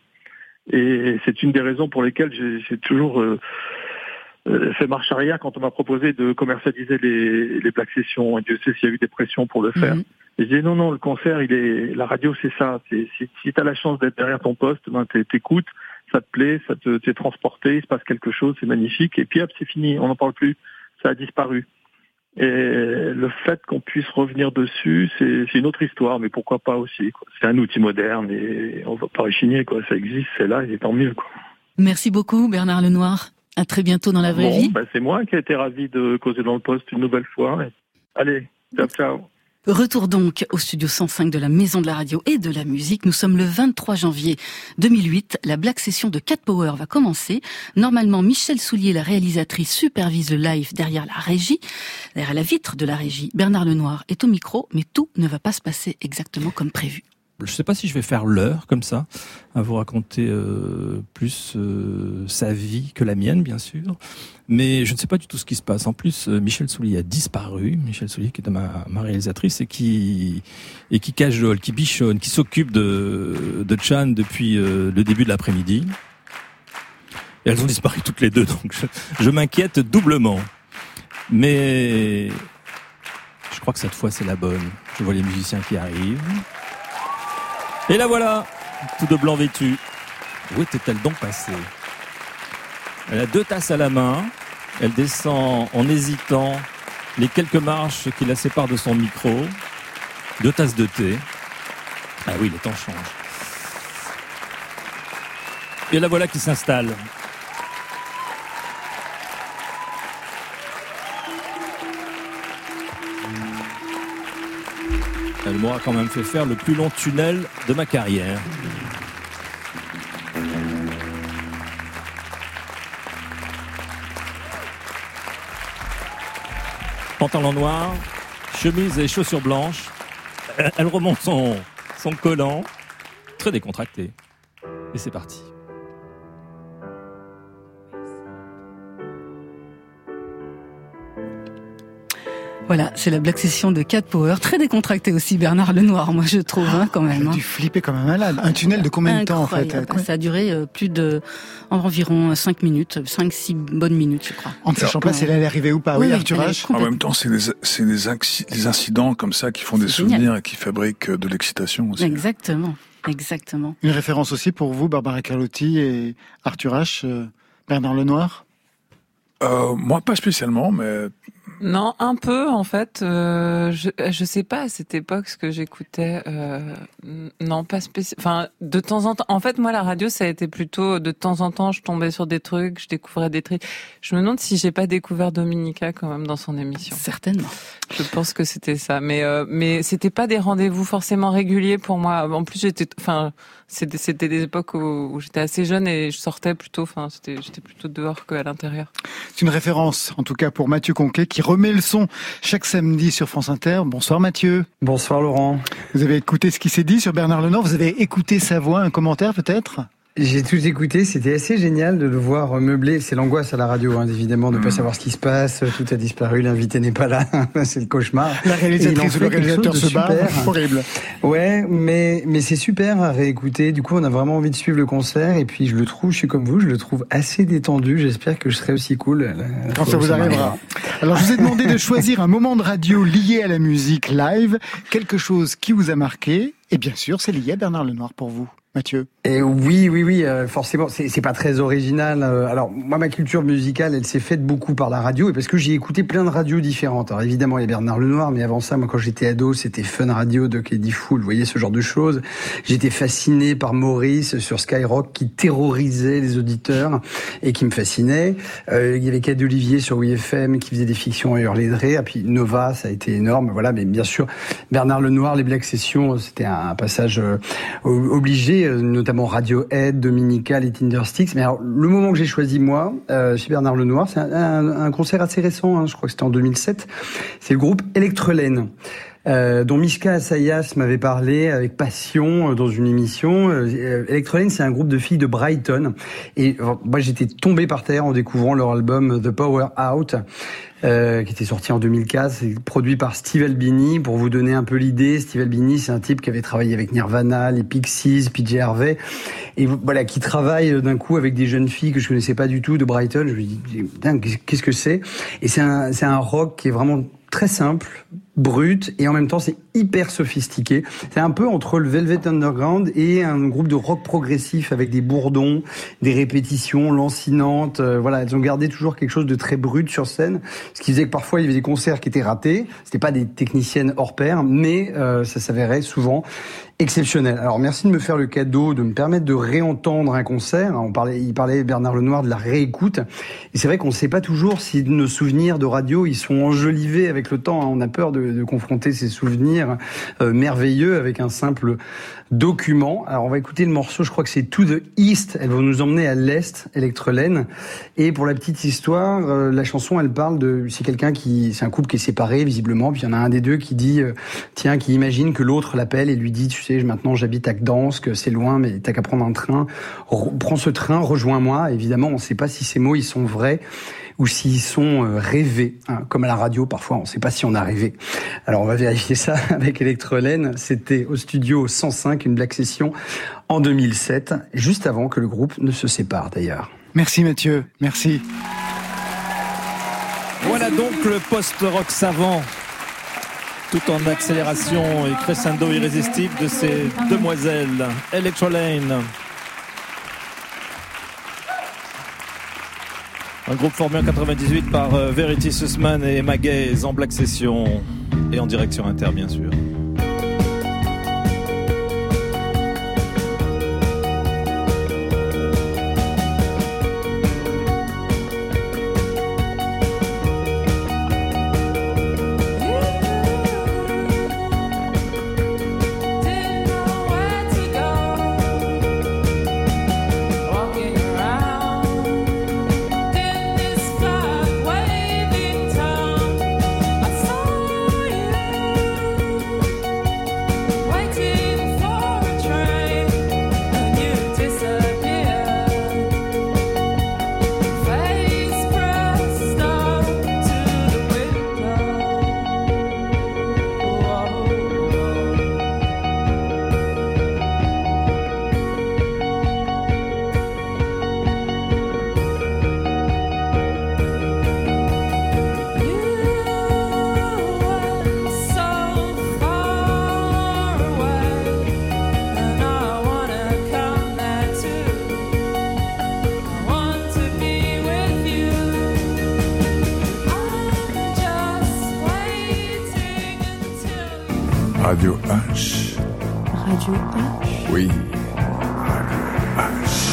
Et c'est une des raisons pour lesquelles j'ai, j'ai toujours euh, euh, fait marche arrière quand on m'a proposé de commercialiser les, les Black Sessions. Et Dieu sait s'il y a eu des pressions pour le faire. Mmh. Et je disais, non, non, le concert, il est, la radio, c'est ça. C'est, c'est, si tu as la chance d'être derrière ton poste, ben, t'écoutes, ça te plaît, ça te, t'es transporté, il se passe quelque chose, c'est magnifique. Et puis hop, c'est fini, on n'en parle plus. Ça a disparu. Et le fait qu'on puisse revenir dessus, c'est, c'est une autre histoire, mais pourquoi pas aussi, quoi. C'est un outil moderne et on va pas réchigner, quoi. Ça existe, c'est là, et tant mieux, quoi. Merci beaucoup, Bernard Lenoir. À très bientôt dans la vraie bon, vie. Bah, c'est moi qui ai été ravi de causer dans le poste une nouvelle fois. Allez, ciao, ciao. Retour donc au studio cent cinq de la Maison de la Radio et de la Musique. Nous sommes le vingt-trois janvier deux mille huit. La Black Session de Cat Power va commencer. Normalement, Michel Soulier, la réalisatrice, supervise le live derrière la régie, derrière la vitre de la régie. Bernard Lenoir est au micro, mais tout ne va pas se passer exactement comme prévu. Je ne sais pas si je vais faire l'heure comme ça, à vous raconter euh, plus euh, sa vie que la mienne, bien sûr. Mais je ne sais pas du tout ce qui se passe. En plus, euh, Michel Soulier a disparu. Michel Soulier, qui est ma, ma réalisatrice et qui et qui cajole, qui bichonne, qui s'occupe de de Chan depuis euh, le début de l'après-midi. Et elles ont disparu toutes les deux, donc je, je m'inquiète doublement. Mais je crois que cette fois c'est la bonne. Je vois les musiciens qui arrivent. Et la voilà, tout de blanc vêtu. Où était-elle donc passée? Elle a deux tasses à la main. Elle descend en hésitant les quelques marches qui la séparent de son micro. Deux tasses de thé. Ah oui, les temps changent. Et la voilà qui s'installe. Elle m'aura quand même fait faire le plus long tunnel de ma carrière. Pantalon noir, chemise et chaussures blanches. Elle remonte son, son collant, très décontracté. Et c'est parti. Voilà, c'est la Black Session de Cat Power, très décontractée aussi, Bernard Lenoir, moi je trouve, hein, quand même. J'ai hein. dû flipper comme un malade. Un tunnel de combien de temps, en fait? Ça a duré euh, plus de, environ cinq minutes, cinq six bonnes minutes, je crois. En ne sachant pas si elle allait arriver ou pas, oui, oui Arthur H. En même temps, c'est des, c'est des, inci- des incidents comme ça qui font des génial. souvenirs et qui fabriquent de l'excitation aussi. Exactement, exactement. Une référence aussi pour vous, Barbara Carlotti et Arthur H, euh, Bernard Lenoir? Euh, moi, pas spécialement, mais... Non, un peu en fait. Euh, je je sais pas à cette époque ce que j'écoutais. Euh, non, pas spécial. Enfin, de temps en temps. En fait, moi, la radio, ça a été plutôt de temps en temps. Je tombais sur des trucs, je découvrais des trucs. Je me demande si j'ai pas découvert Dominica quand même dans son émission. Certainement. Je pense que c'était ça, mais euh, mais c'était pas des rendez-vous forcément réguliers pour moi. En plus, j'étais, enfin, c'était c'était des époques où, où j'étais assez jeune et je sortais plutôt. Enfin, c'était j'étais plutôt dehors qu'à l'intérieur. C'est une référence, en tout cas pour Mathieu Conquet, qui remet le son chaque samedi sur France Inter. Bonsoir Mathieu. Bonsoir Laurent. Vous avez écouté ce qui s'est dit sur Bernard Lenoir, vous avez écouté sa voix, un commentaire peut-être? J'ai tout écouté, c'était assez génial de le voir meubler. C'est l'angoisse à la radio, hein, évidemment, de ne pas savoir ce qui se passe. Tout a disparu, l'invité n'est pas là. C'est le cauchemar. La réalisatrice ou le réalisateur se bat, horrible. Ouais, mais mais c'est super à réécouter. Du coup, on a vraiment envie de suivre le concert. Et puis, je le trouve, je suis comme vous, je le trouve assez détendu. J'espère que je serai aussi cool quand ça vous arrivera. Alors, je vous ai demandé de choisir un moment de radio lié à la musique live, quelque chose qui vous a marqué. Et bien sûr, c'est lié à Bernard Lenoir pour vous. Mathieu. Et oui, oui, oui, euh, forcément, c'est, c'est pas très original. Euh, alors, moi, ma culture musicale, elle s'est faite beaucoup par la radio, et parce que j'ai écouté plein de radios différentes. Alors, évidemment, il y a Bernard Lenoir, mais avant ça, moi, quand j'étais ado, c'était Fun Radio de Eddie Fool, vous voyez, ce genre de choses. J'étais fasciné par Maurice sur Skyrock, qui terrorisait les auditeurs et qui me fascinait. Euh, il y avait Cade Olivier sur W F M, qui faisait des fictions à hurler de rire. Et puis, Nova, ça a été énorme, voilà. Mais bien sûr, Bernard Lenoir, les Black Sessions, c'était un passage euh, obligé, notamment Radiohead, Dominical et Tindersticks. Mais alors, le moment que j'ai choisi, moi, euh, chez Bernard Lenoir, c'est un, un, un concert assez récent, hein, je crois que c'était en deux mille sept, c'est le groupe Electrolène. Euh, dont Mishka Assayas m'avait parlé avec passion euh, dans une émission. Euh, Electrolène, c'est un groupe de filles de Brighton. Et euh, moi, j'étais tombé par terre en découvrant leur album The Power Out, euh, qui était sorti en deux mille quatre. C'est produit par Steve Albini. Pour vous donner un peu l'idée, Steve Albini, c'est un type qui avait travaillé avec Nirvana, les Pixies, P J Harvey, et voilà, qui travaille d'un coup avec des jeunes filles que je connaissais pas du tout de Brighton. Je me dis, dingue, qu'est-ce que c'est? Et c'est un, c'est un rock qui est vraiment très simple, brut, et en même temps c'est hyper sophistiqué. C'est un peu entre le Velvet Underground et un groupe de rock progressif avec des bourdons, des répétitions lancinantes. Euh, voilà, elles ont gardé toujours quelque chose de très brut sur scène, ce qui faisait que parfois il y avait des concerts qui étaient ratés. C'était pas des techniciennes hors pair, mais euh, ça s'avérait souvent exceptionnel. Alors merci de me faire le cadeau, de me permettre de réentendre un concert. On parlait, il parlait Bernard Lenoir de la réécoute. Et c'est vrai qu'on ne sait pas toujours si nos souvenirs de radio ils sont enjolivés avec le temps. On a peur de, de confronter ces souvenirs euh, merveilleux avec un simple document. Alors on va écouter le morceau. Je crois que c'est To the East. Elle va nous emmener à l'est, Electrolène. Et pour la petite histoire, euh, la chanson elle parle de, c'est quelqu'un qui, c'est un couple qui est séparé visiblement. Puis il y en a un des deux qui dit, euh, tiens, qui imagine que l'autre l'appelle et lui dit, tu sais, maintenant j'habite à Gdansk, c'est loin, mais t'as qu'à prendre un train. Re- prends ce train, rejoins-moi. Évidemment, on ne sait pas si ces mots ils sont vrais ou s'ils sont euh, rêvés. Hein. Comme à la radio, parfois, on ne sait pas si on a rêvé. Alors, on va vérifier ça avec Electrolène. C'était au studio cent cinq, une Black Session en deux mille sept, juste avant que le groupe ne se sépare d'ailleurs. Merci Mathieu, merci. Voilà donc le post-rock savant, tout en accélération et crescendo irrésistible de ces demoiselles. Electrolène. Un groupe formé en quatre-vingt-dix-huit par euh, Verity Sussman et Emma Gaze en Black Session et en direct sur Inter bien sûr. Radio H. Radio H. Oui. Radio H.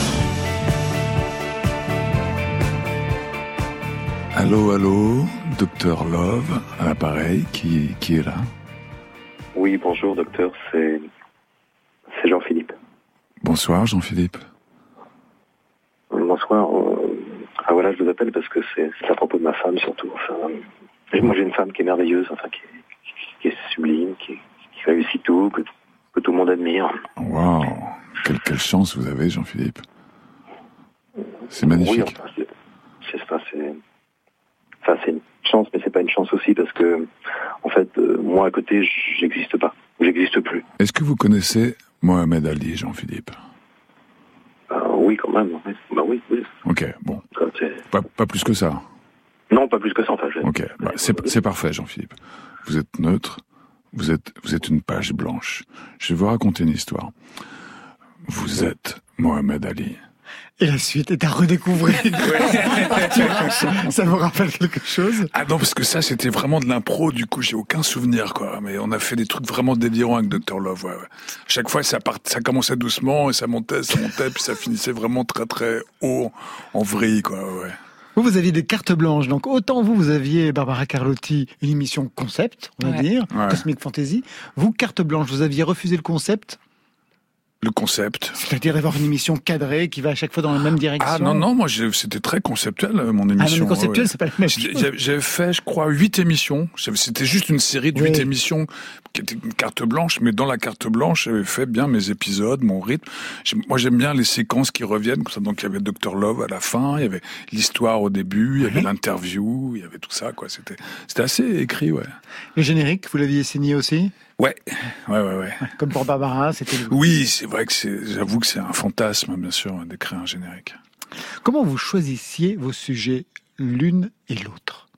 Allô, allô, Docteur Love, à l'appareil, qui, qui est là? Oui, bonjour, docteur, c'est, c'est Jean-Philippe. Bonsoir, Jean-Philippe. Bonsoir. Euh... Ah voilà, je vous appelle parce que c'est, c'est à propos de ma femme, surtout. Enfin, euh... moi, j'ai une femme qui est merveilleuse, enfin, qui est, qui est sublime, qui, qui réussit tout, que, que tout le monde admire. Waouh, quelle, quelle chance vous avez, Jean-Philippe. C'est magnifique. Oui, enfin, c'est, c'est, enfin, c'est, enfin, c'est une chance, mais c'est pas une chance aussi parce que, en fait, euh, moi à côté, j'existe pas, j'existe plus. Est-ce que vous connaissez Mohamed Ali, Jean-Philippe? euh, Oui, quand même. Oui. Bah oui, oui. Ok, bon. Pas, pas plus que ça. Non, pas plus que ça. Enfin, je... Ok, bah, c'est, c'est parfait, Jean-Philippe. Vous êtes neutre. Vous êtes, vous êtes une page blanche. Je vais vous raconter une histoire. vous êtes Mohamed Ali. Et la suite est à redécouvrir. Ça vous rappelle quelque chose? Ah non, parce que ça, c'était vraiment de l'impro, du coup, j'ai aucun souvenir, quoi. Mais on a fait des trucs vraiment délirants avec docteur Love, ouais, ouais. Chaque fois, ça part, ça commençait doucement, et ça montait, ça montait, puis ça finissait vraiment très, très haut, en vrille, quoi, ouais. Vous, vous aviez des cartes blanches. Donc, autant vous, vous aviez, Barbara Carlotti, une émission concept, on va Ouais. dire, Ouais. Cosmic Fantasy. Vous, carte blanche, vous aviez refusé le concept? Le concept. C'est-à-dire d'avoir une émission cadrée qui va à chaque fois dans la même direction. Ah non, non, moi j'ai- c'était très conceptuel euh, mon émission. Ah non, mais conceptuel, ouais, ouais. c'est pas la même J'ai- chose. J'avais j'avais fait, je crois, huit émissions. J'avais- C'était juste une série de huit Oui. émissions qui était une carte blanche, mais dans la carte blanche, j'avais fait bien mes épisodes, mon rythme. J'ai- Moi j'aime bien les séquences qui reviennent, comme ça. Donc il y avait docteur Love à la fin, il y avait l'histoire au début, il y avait l'interview, il y avait tout ça, quoi. C'était c'était assez écrit, ouais. Le générique, vous l'aviez signé aussi? Ouais, ouais, ouais, ouais. Comme pour Barbara, c'était... le- Oui, c'est vrai que c'est, j'avoue que c'est un fantasme, bien sûr, d'écrire un générique. Comment vous choisissiez vos sujets l'une et l'autre?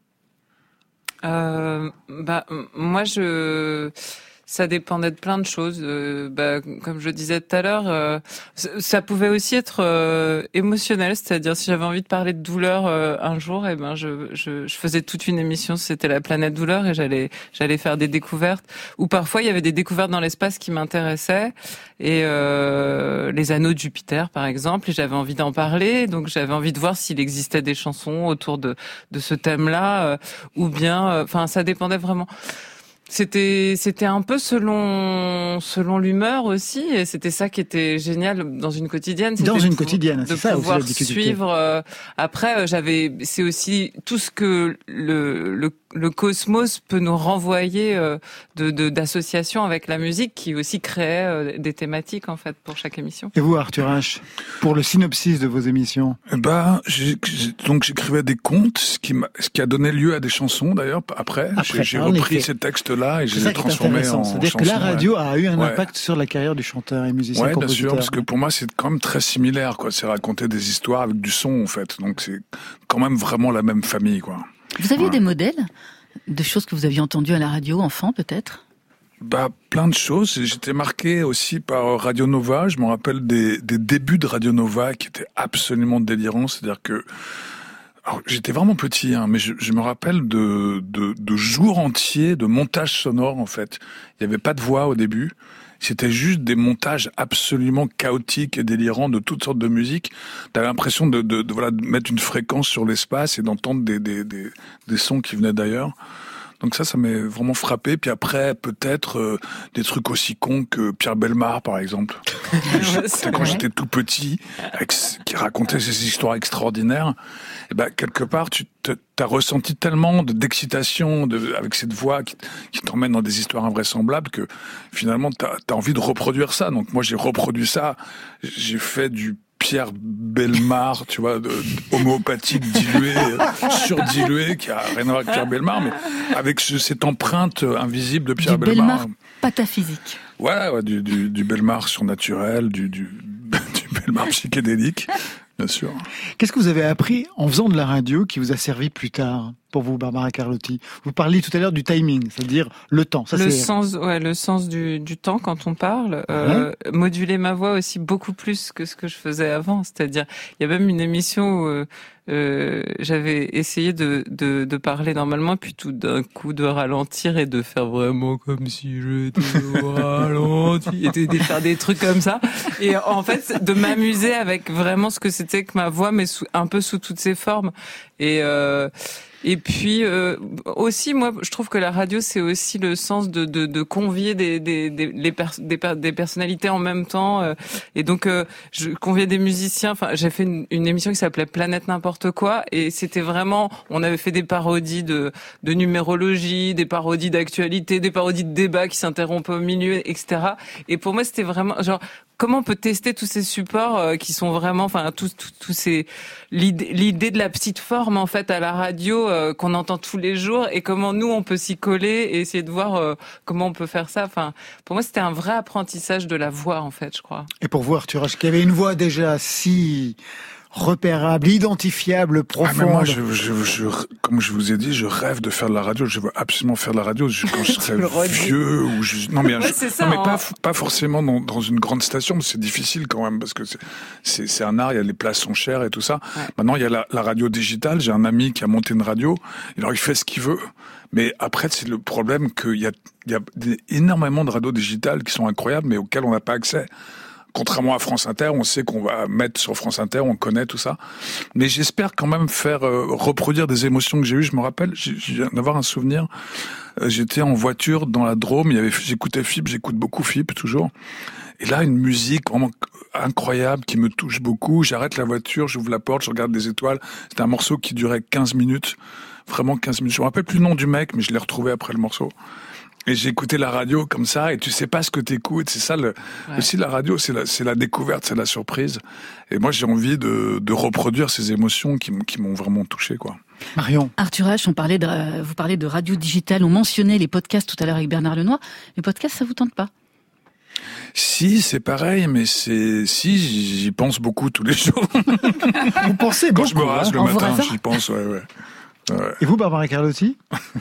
Euh, bah, m- moi, je, ça dépendait de plein de choses. Euh, bah, comme je disais tout à l'heure, euh, ça, ça pouvait aussi être euh, émotionnel, c'est-à-dire si j'avais envie de parler de douleur euh, un jour, et ben je, je, je faisais toute une émission, c'était la planète douleur, et j'allais, j'allais faire des découvertes. Ou parfois il y avait des découvertes dans l'espace qui m'intéressaient, et euh, les anneaux de Jupiter, par exemple, et j'avais envie d'en parler, donc j'avais envie de voir s'il existait des chansons autour de de ce thème-là, euh, ou bien, enfin, ça dépendait vraiment. C'était c'était un peu selon selon l'humeur aussi, et c'était ça qui était génial dans une quotidienne. c'était Dans de une pou- quotidienne, de c'est ça aussi pouvoir la difficulté. suivre. euh, après, euh, j'avais c'est aussi tout ce que le le le cosmos peut nous renvoyer euh, de de- d'associations avec la musique, qui aussi créait euh, des thématiques en fait pour chaque émission. Et vous, Arthur H, pour le synopsis de vos émissions? Bah, j'ai- j'ai- donc j'écrivais des contes, ce qui, m'a- ce qui a donné lieu à des chansons d'ailleurs. Après, Après, j'ai j'ai en repris effet. ces textes-là et je C'est les ça ai qui est transformés intéressant. en C'est-à-dire chansons. que la radio ouais. a eu un Ouais. impact sur la carrière du chanteur et musicien Ouais, bien compositeur. sûr, parce que pour moi, c'est quand même très similaire, quoi. C'est raconter des histoires avec du son, en fait. Donc c'est quand même vraiment la même famille, quoi. Vous aviez des modèles de choses que vous aviez entendues à la radio, enfant peut-être? Bah, plein de choses. Et j'étais marqué aussi par Radio Nova. Je me rappelle des, des débuts de Radio Nova qui étaient absolument délirants. C'est-à-dire que, alors, j'étais vraiment petit, hein, mais je, je me rappelle de, de, de jours entiers de montage sonore, en fait. Il n'y avait pas de voix au début. C'était juste des montages absolument chaotiques et délirants de toutes sortes de musiques. T'avais l'impression de, de, de, voilà, de mettre une fréquence sur l'espace et d'entendre des, des, des, des sons qui venaient d'ailleurs. Donc ça, ça m'est vraiment frappé. Puis après, peut-être euh, des trucs aussi cons que Pierre Bellemare, par exemple. C'était quand j'étais tout petit, avec, qui racontait ces histoires extraordinaires. Et ben quelque part, tu as ressenti tellement de, d'excitation de, avec cette voix qui, qui t'emmène dans des histoires invraisemblables que finalement, tu as envie de reproduire ça. Donc moi, j'ai reproduit ça. J'ai fait du Pierre Bellemare, tu vois, de, de homéopathique dilué, surdilué, qui a rien à voir avec Pierre Bellemare, mais avec ce, cette empreinte invisible de Pierre Du Bellemare. Bellemare pataphysique. Ouais, ouais, du, du, du Bellemare surnaturel, du, du, du Bellemare psychédélique, bien sûr. Qu'est-ce que vous avez appris en faisant de la radio qui vous a servi plus tard pour vous, Barbara Carlotti? Vous parliez tout à l'heure du timing, c'est-à-dire le temps. Ça, le c'est... sens, ouais, le sens du, du temps quand on parle. Euh, Ouais. Moduler ma voix aussi beaucoup plus que ce que je faisais avant. C'est-à-dire, il y a même une émission où euh, euh, j'avais essayé de, de, de parler normalement, puis tout d'un coup de ralentir et de faire vraiment comme si j'étais au ralenti, et de, de faire des trucs comme ça. Et en fait, de m'amuser avec vraiment ce que c'était que ma voix, mais sous, un peu sous toutes ses formes. Et euh, Et puis euh, aussi, moi, je trouve que la radio, c'est aussi le sens de, de, de convier des, des, des, les pers- des, per- des personnalités en même temps. Euh, et donc, euh, je conviais des musiciens. Enfin, j'ai fait une, une émission qui s'appelait Planète n'importe quoi, et c'était vraiment, on avait fait des parodies de, de numérologie, des parodies d'actualité, des parodies de débats qui s'interrompent au milieu, et cetera. Et pour moi, c'était vraiment genre, comment on peut tester tous ces supports euh, qui sont vraiment, enfin, tous, tous, tous ces l'idée, l'idée de la petite forme en fait à la radio euh, qu'on entend tous les jours, et comment nous on peut s'y coller et essayer de voir euh, comment on peut faire ça. Enfin, pour moi, c'était un vrai apprentissage de la voix en fait, je crois. Et pour vous, Arthur H, qui avait une voix déjà si repérable, identifiable, profonde. Ah, mais moi, je, je, je, comme je vous ai dit, je rêve de faire de la radio. Je veux absolument faire de la radio je, quand je serai vieux ou je, non mais, ouais, je, ça, non, mais hein. pas, pas forcément dans, dans une grande station, mais c'est difficile quand même parce que c'est, c'est, c'est un art. Il y a les places sont chères et tout ça. Ouais. Maintenant, il y a la, la radio digitale. J'ai un ami qui a monté une radio. Et alors, il fait ce qu'il veut. Mais après, c'est le problème qu'il y a, il y a des, énormément de radios digitales qui sont incroyables, mais auxquelles on n'a pas accès. Contrairement à France Inter, on sait qu'on va mettre sur France Inter, on connaît tout ça. Mais j'espère quand même faire euh, reproduire des émotions que j'ai eues. Je me rappelle, j'ai, je viens d'avoir un souvenir. Euh, j'étais en voiture dans la Drôme. Il y avait, j'écoutais F I P, j'écoute beaucoup F I P toujours. Et là, une musique vraiment incroyable qui me touche beaucoup. J'arrête la voiture, j'ouvre la porte, je regarde des étoiles. C'était un morceau qui durait quinze minutes. Vraiment quinze minutes. Je me rappelle plus le nom du mec, mais je l'ai retrouvé après le morceau. Et j'ai écouté la radio comme ça, et tu sais pas ce que t'écoutes. C'est ça, le, ouais. aussi la radio, c'est la, c'est la découverte, c'est la surprise. Et moi, j'ai envie de, de reproduire ces émotions qui, qui m'ont vraiment touché, quoi. Marion. Arthur H, on parlait de, vous parlez de radio digitale, on mentionnait les podcasts tout à l'heure avec Bernard Lenoir. Les podcasts, ça vous tente pas? Si, c'est pareil, mais c'est si j'y pense beaucoup tous les jours. Vous pensez quand beaucoup, je me rase hein, le matin, j'y pense, ouais, ouais. Ouais. Et vous, Barbara Carlotti?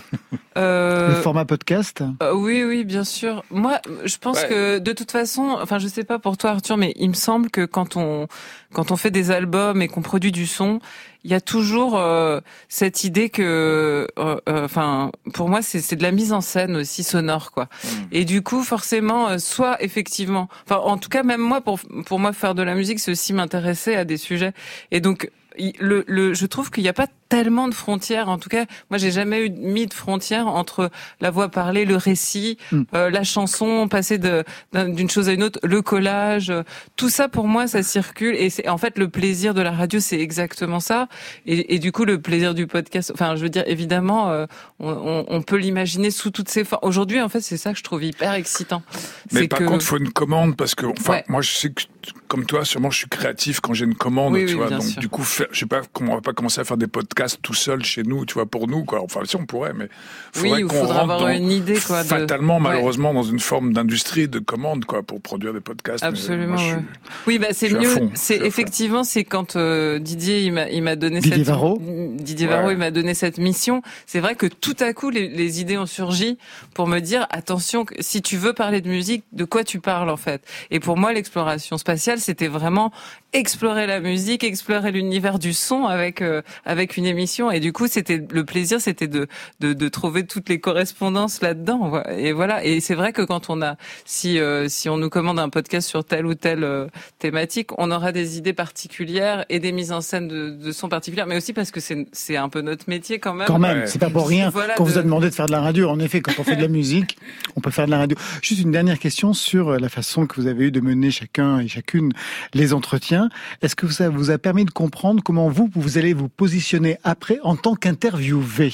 euh... Le format podcast? euh, Oui, oui, bien sûr. Moi, je pense ouais. que de toute façon, enfin, je sais pas pour toi, Arthur, mais il me semble que quand on quand on fait des albums et qu'on produit du son, il y a toujours euh, cette idée que, enfin, euh, euh, pour moi, c'est, c'est de la mise en scène aussi sonore, quoi. Mmh. Et du coup, forcément, euh, soit effectivement, enfin, en tout cas, même moi, pour pour moi, faire de la musique, c'est aussi m'intéresser à des sujets. Et donc, le, le, je trouve qu'il n'y a pas tellement de frontières. En tout cas, moi, j'ai jamais eu mis de frontières entre la voix parlée, le récit, mm. euh, la chanson, passer de, d'une chose à une autre, le collage. Euh, tout ça, pour moi, ça circule. Et c'est, en fait, le plaisir de la radio, c'est exactement ça. Et, et du coup, le plaisir du podcast, enfin, je veux dire, évidemment, euh, on, on peut l'imaginer sous toutes ses formes. Aujourd'hui, en fait, c'est ça que je trouve hyper excitant. Mais c'est par que... contre, il faut une commande parce que, enfin, ouais. moi, je sais que, comme toi, sûrement, je suis créatif quand j'ai une commande, oui, tu oui, vois. Donc, sûr. du coup, faire, je sais pas comment on va pas commencer à faire des podcasts tout seul chez nous, tu vois, pour nous, quoi. Enfin, si on pourrait, mais faudrait oui, qu'on faudra rentre avoir dans, une idée, quoi. De... Fatalement, malheureusement, ouais. dans une forme d'industrie de commande, quoi, pour produire des podcasts. Absolument. Mais, moi, ouais. suis, oui, bah c'est mieux. Fond, c'est effectivement, c'est quand euh, Didier il m'a il m'a donné Didier cette Varro. Didier ouais. Varro il m'a donné cette mission. C'est vrai que tout à coup les, les idées ont surgi pour me dire attention, si tu veux parler de musique, de quoi tu parles en fait. Et pour moi, l'exploration spatiale, c'était vraiment explorer la musique, explorer l'univers du son avec euh, avec une émission. Et du coup, c'était le plaisir, c'était de de, de trouver toutes les correspondances là-dedans. Et voilà. Et c'est vrai que quand on a, si euh, si on nous commande un podcast sur telle ou telle euh, thématique, on aura des idées particulières et des mises en scène de, de son particulières, mais aussi parce que c'est c'est un peu notre métier quand même. Quand même, ouais. c'est pas pour rien voilà, qu'on de... vous a demandé de faire de la radio. En effet, quand on fait de la musique, on peut faire de la radio. Juste une dernière question sur la façon que vous avez eu de mener chacun et chacune les entretiens. Est-ce que ça vous a permis de comprendre comment vous, vous allez vous positionner après en tant qu'interviewé?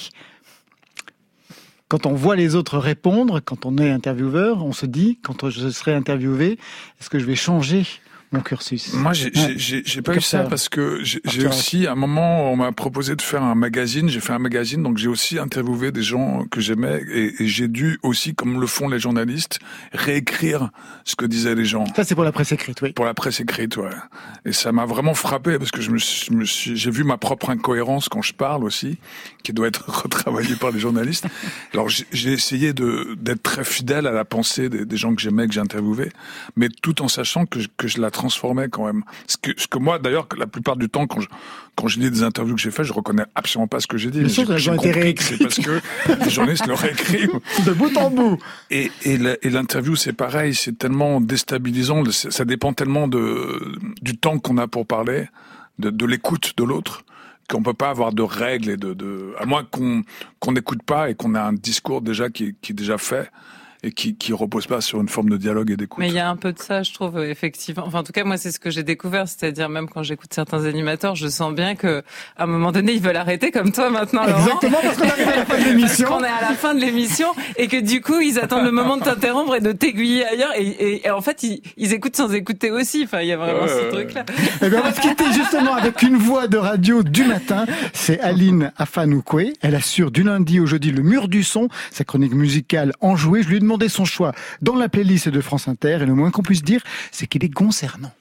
Quand on voit les autres répondre, quand on est intervieweur, on se dit, quand je serai interviewé, est-ce que je vais changer mon cursus? Moi, j'ai, ouais. j'ai, j'ai pas eu ça parce que j'ai, j'ai aussi, à un moment, on m'a proposé de faire un magazine. J'ai fait un magazine, donc j'ai aussi interviewé des gens que j'aimais et, et j'ai dû aussi, comme le font les journalistes, réécrire ce que disaient les gens. Ça, c'est pour la presse écrite, oui. Pour la presse écrite, ouais. Et ça m'a vraiment frappé parce que je me suis, je me suis, j'ai vu ma propre incohérence quand je parle aussi, qui doit être retravaillée par les journalistes. Alors, j'ai, j'ai essayé de, d'être très fidèle à la pensée des, des gens que j'aimais, que j'ai interviewés, mais tout en sachant que je, que je la transformait quand même. Ce que, ce que moi, d'ailleurs, la plupart du temps, quand je, quand je lis des interviews que j'ai faites, je reconnais absolument pas ce que j'ai dit. Bien sûr, j'ai, j'ai j'ai compris que c'est parce que les journalistes le réécrivent. De bout en bout. Et, et, la, et l'interview, c'est pareil, c'est tellement déstabilisant, ça dépend tellement de, du temps qu'on a pour parler, de, de l'écoute de l'autre, qu'on peut pas avoir de règles et de, de à moins qu'on, qu'on n'écoute pas et qu'on a un discours déjà qui, qui est déjà fait. Et qui qui repose pas sur une forme de dialogue et d'écoute. Mais il y a un peu de ça, je trouve, effectivement. Enfin, en tout cas, moi, c'est ce que j'ai découvert, c'est-à-dire même quand j'écoute certains animateurs, je sens bien que à un moment donné, ils veulent arrêter comme toi maintenant, Laurent. Exactement, parce qu'on arrive à la fin de l'émission. Parce qu'on est à la fin de l'émission et que du coup, ils attendent le moment de t'interrompre et de t'aiguiller ailleurs. Et, et, et en fait, ils, ils écoutent sans écouter aussi. Enfin, il y a vraiment euh... ce truc-là. Eh bien, on va se quitter justement avec une voix de radio du matin. C'est Aline Afanoukwe. Elle assure du lundi au jeudi le mur du son, sa chronique musicale enjouée. Je lui ai demandé son choix dans la playlist de France Inter et le moins qu'on puisse dire, c'est qu'il est concernant.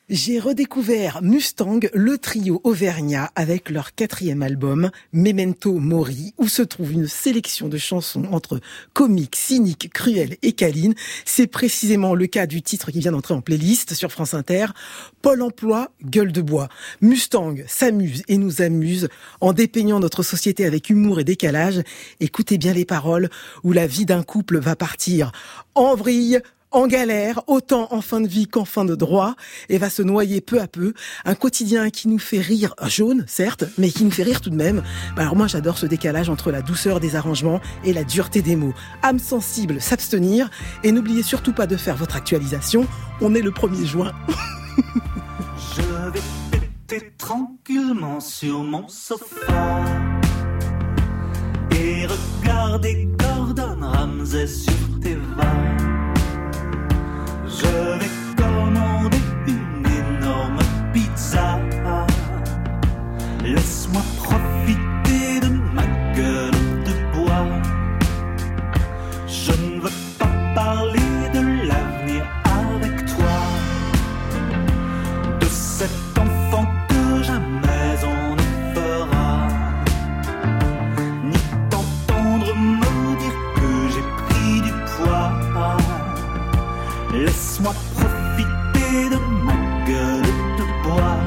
J'ai redécouvert Mustang, le trio auvergnat, avec leur quatrième album, Memento Mori, où se trouve une sélection de chansons entre comiques, cyniques, cruelles et câlines. C'est précisément le cas du titre qui vient d'entrer en playlist sur France Inter, Pôle emploi, gueule de bois. Mustang s'amuse et nous amuse en dépeignant notre société avec humour et décalage. Écoutez bien les paroles où la vie d'un couple va partir en vrille, en galère, autant en fin de vie qu'en fin de droit, et va se noyer peu à peu. Un quotidien qui nous fait rire, jaune, certes, mais qui nous fait rire tout de même. Alors moi, j'adore ce décalage entre la douceur des arrangements et la dureté des mots. Âme sensible, s'abstenir, et n'oubliez surtout pas de faire votre actualisation. On est le premier juin. Je vais péter tranquillement sur mon sofa et regarder Gordon Ramsay sur T V A. Je vais commander une énorme pizza. Laisse-moi profiter de ma gueule de bois. Je ne veux pas parler de l'avenir avec toi, de cet enfant que jamais on ne fera, ni t'entendre me dire que j'ai pris du poids. Laisse-moi profiter de ma gueule de bois.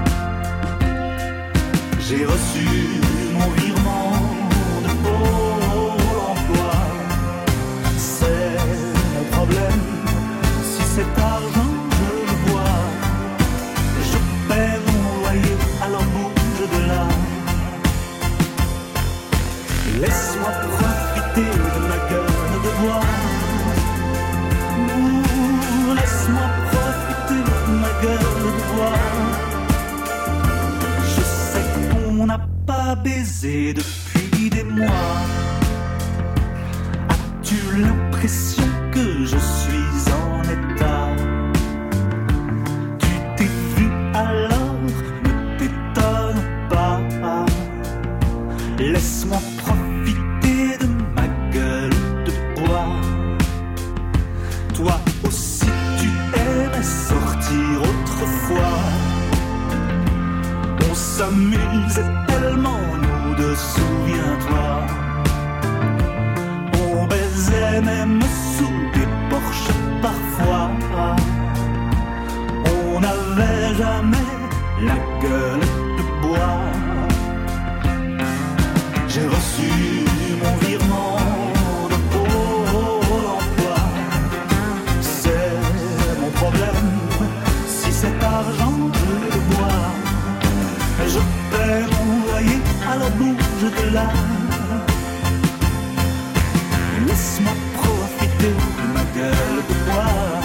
J'ai reçu mon virement de Pôle emploi. C'est mon problème, si cet argent je le vois. Je paie mon loyer, alors bouge de là. Laisse-moi profiter de ma gueule de bois. Laisse-moi profiter de ma gueule de bois. Je sais qu'on n'a pas baisé depuis des mois. As-tu l'impression que je suis en état? Tu t'es vu alors, ne t'étonne pas. Laisse-moi profiter de ma gueule de bois. Toi aussi tu aimais sortir autrefois. On s'amusait tellement nous deux, souviens-toi. On baisait même sous des porches parfois. On n'avait jamais la gueule de bois. J'ai reçu mon virement de Pôle emploi. C'est mon problème, si cet argent je le bois. Je paie mon loyer, alors bouge de là. Laisse-moi profiter de ma gueule de bois.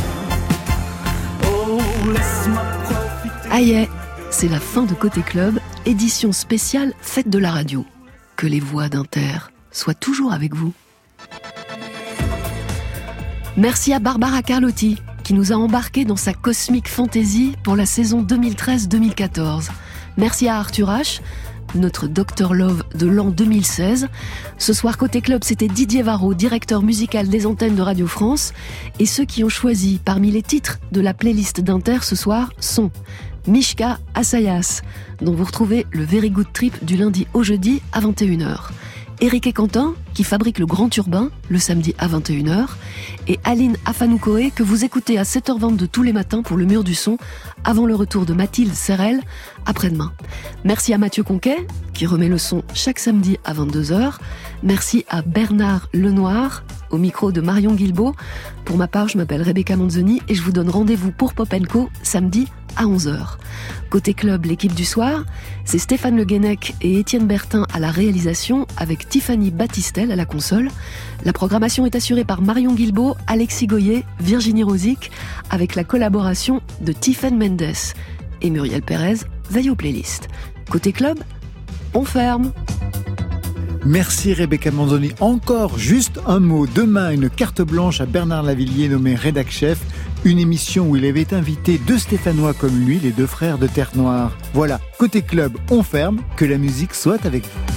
Oh, laisse-moi profiter. Aïe, c'est la fin de Côté Club, édition spéciale Fête de la radio. Que les voix d'Inter soient toujours avec vous. Merci à Barbara Carlotti, qui nous a embarqués dans sa cosmique fantasy pour la saison deux mille treize deux mille quatorze. Merci à Arthur H, notre docteur Love de l'an deux mille seize. Ce soir, Côté Club, c'était Didier Varro, directeur musical des antennes de Radio France. Et ceux qui ont choisi parmi les titres de la playlist d'Inter ce soir sont Mishka Assayas, dont vous retrouvez le Very Good Trip du lundi au jeudi à vingt et une heures. Eric et Quentin, qui fabrique le Grand Urbain le samedi à vingt et une heures. Et Aline Afanoukoé, que vous écoutez à sept heures vingt-deux tous les matins pour le Mur du Son, avant le retour de Mathilde Serrel, après-demain. Merci à Mathieu Conquet, qui remet le son chaque samedi à vingt-deux heures. Merci à Bernard Lenoir, au micro de Marion Guilbault. Pour ma part, je m'appelle Rebecca Manzoni et je vous donne rendez-vous pour Pop and Co samedi à onze heures. Côté club, l'équipe du soir, c'est Stéphane Le Guenec et Étienne Bertin à la réalisation, avec Tiffany Battistel à la console. La programmation est assurée par Marion Guilbault, Alexis Goyer, Virginie Rosic, avec la collaboration de Tiffen Mendes. Et Muriel Pérez veille aux playlists. Côté club, on ferme. Merci Rebecca Manzoni. Encore juste un mot. Demain, une carte blanche à Bernard Lavillier nommé rédac chef. Une émission où il avait invité deux Stéphanois comme lui, les deux frères de Terre Noire. Voilà, côté club, on ferme. Que la musique soit avec vous.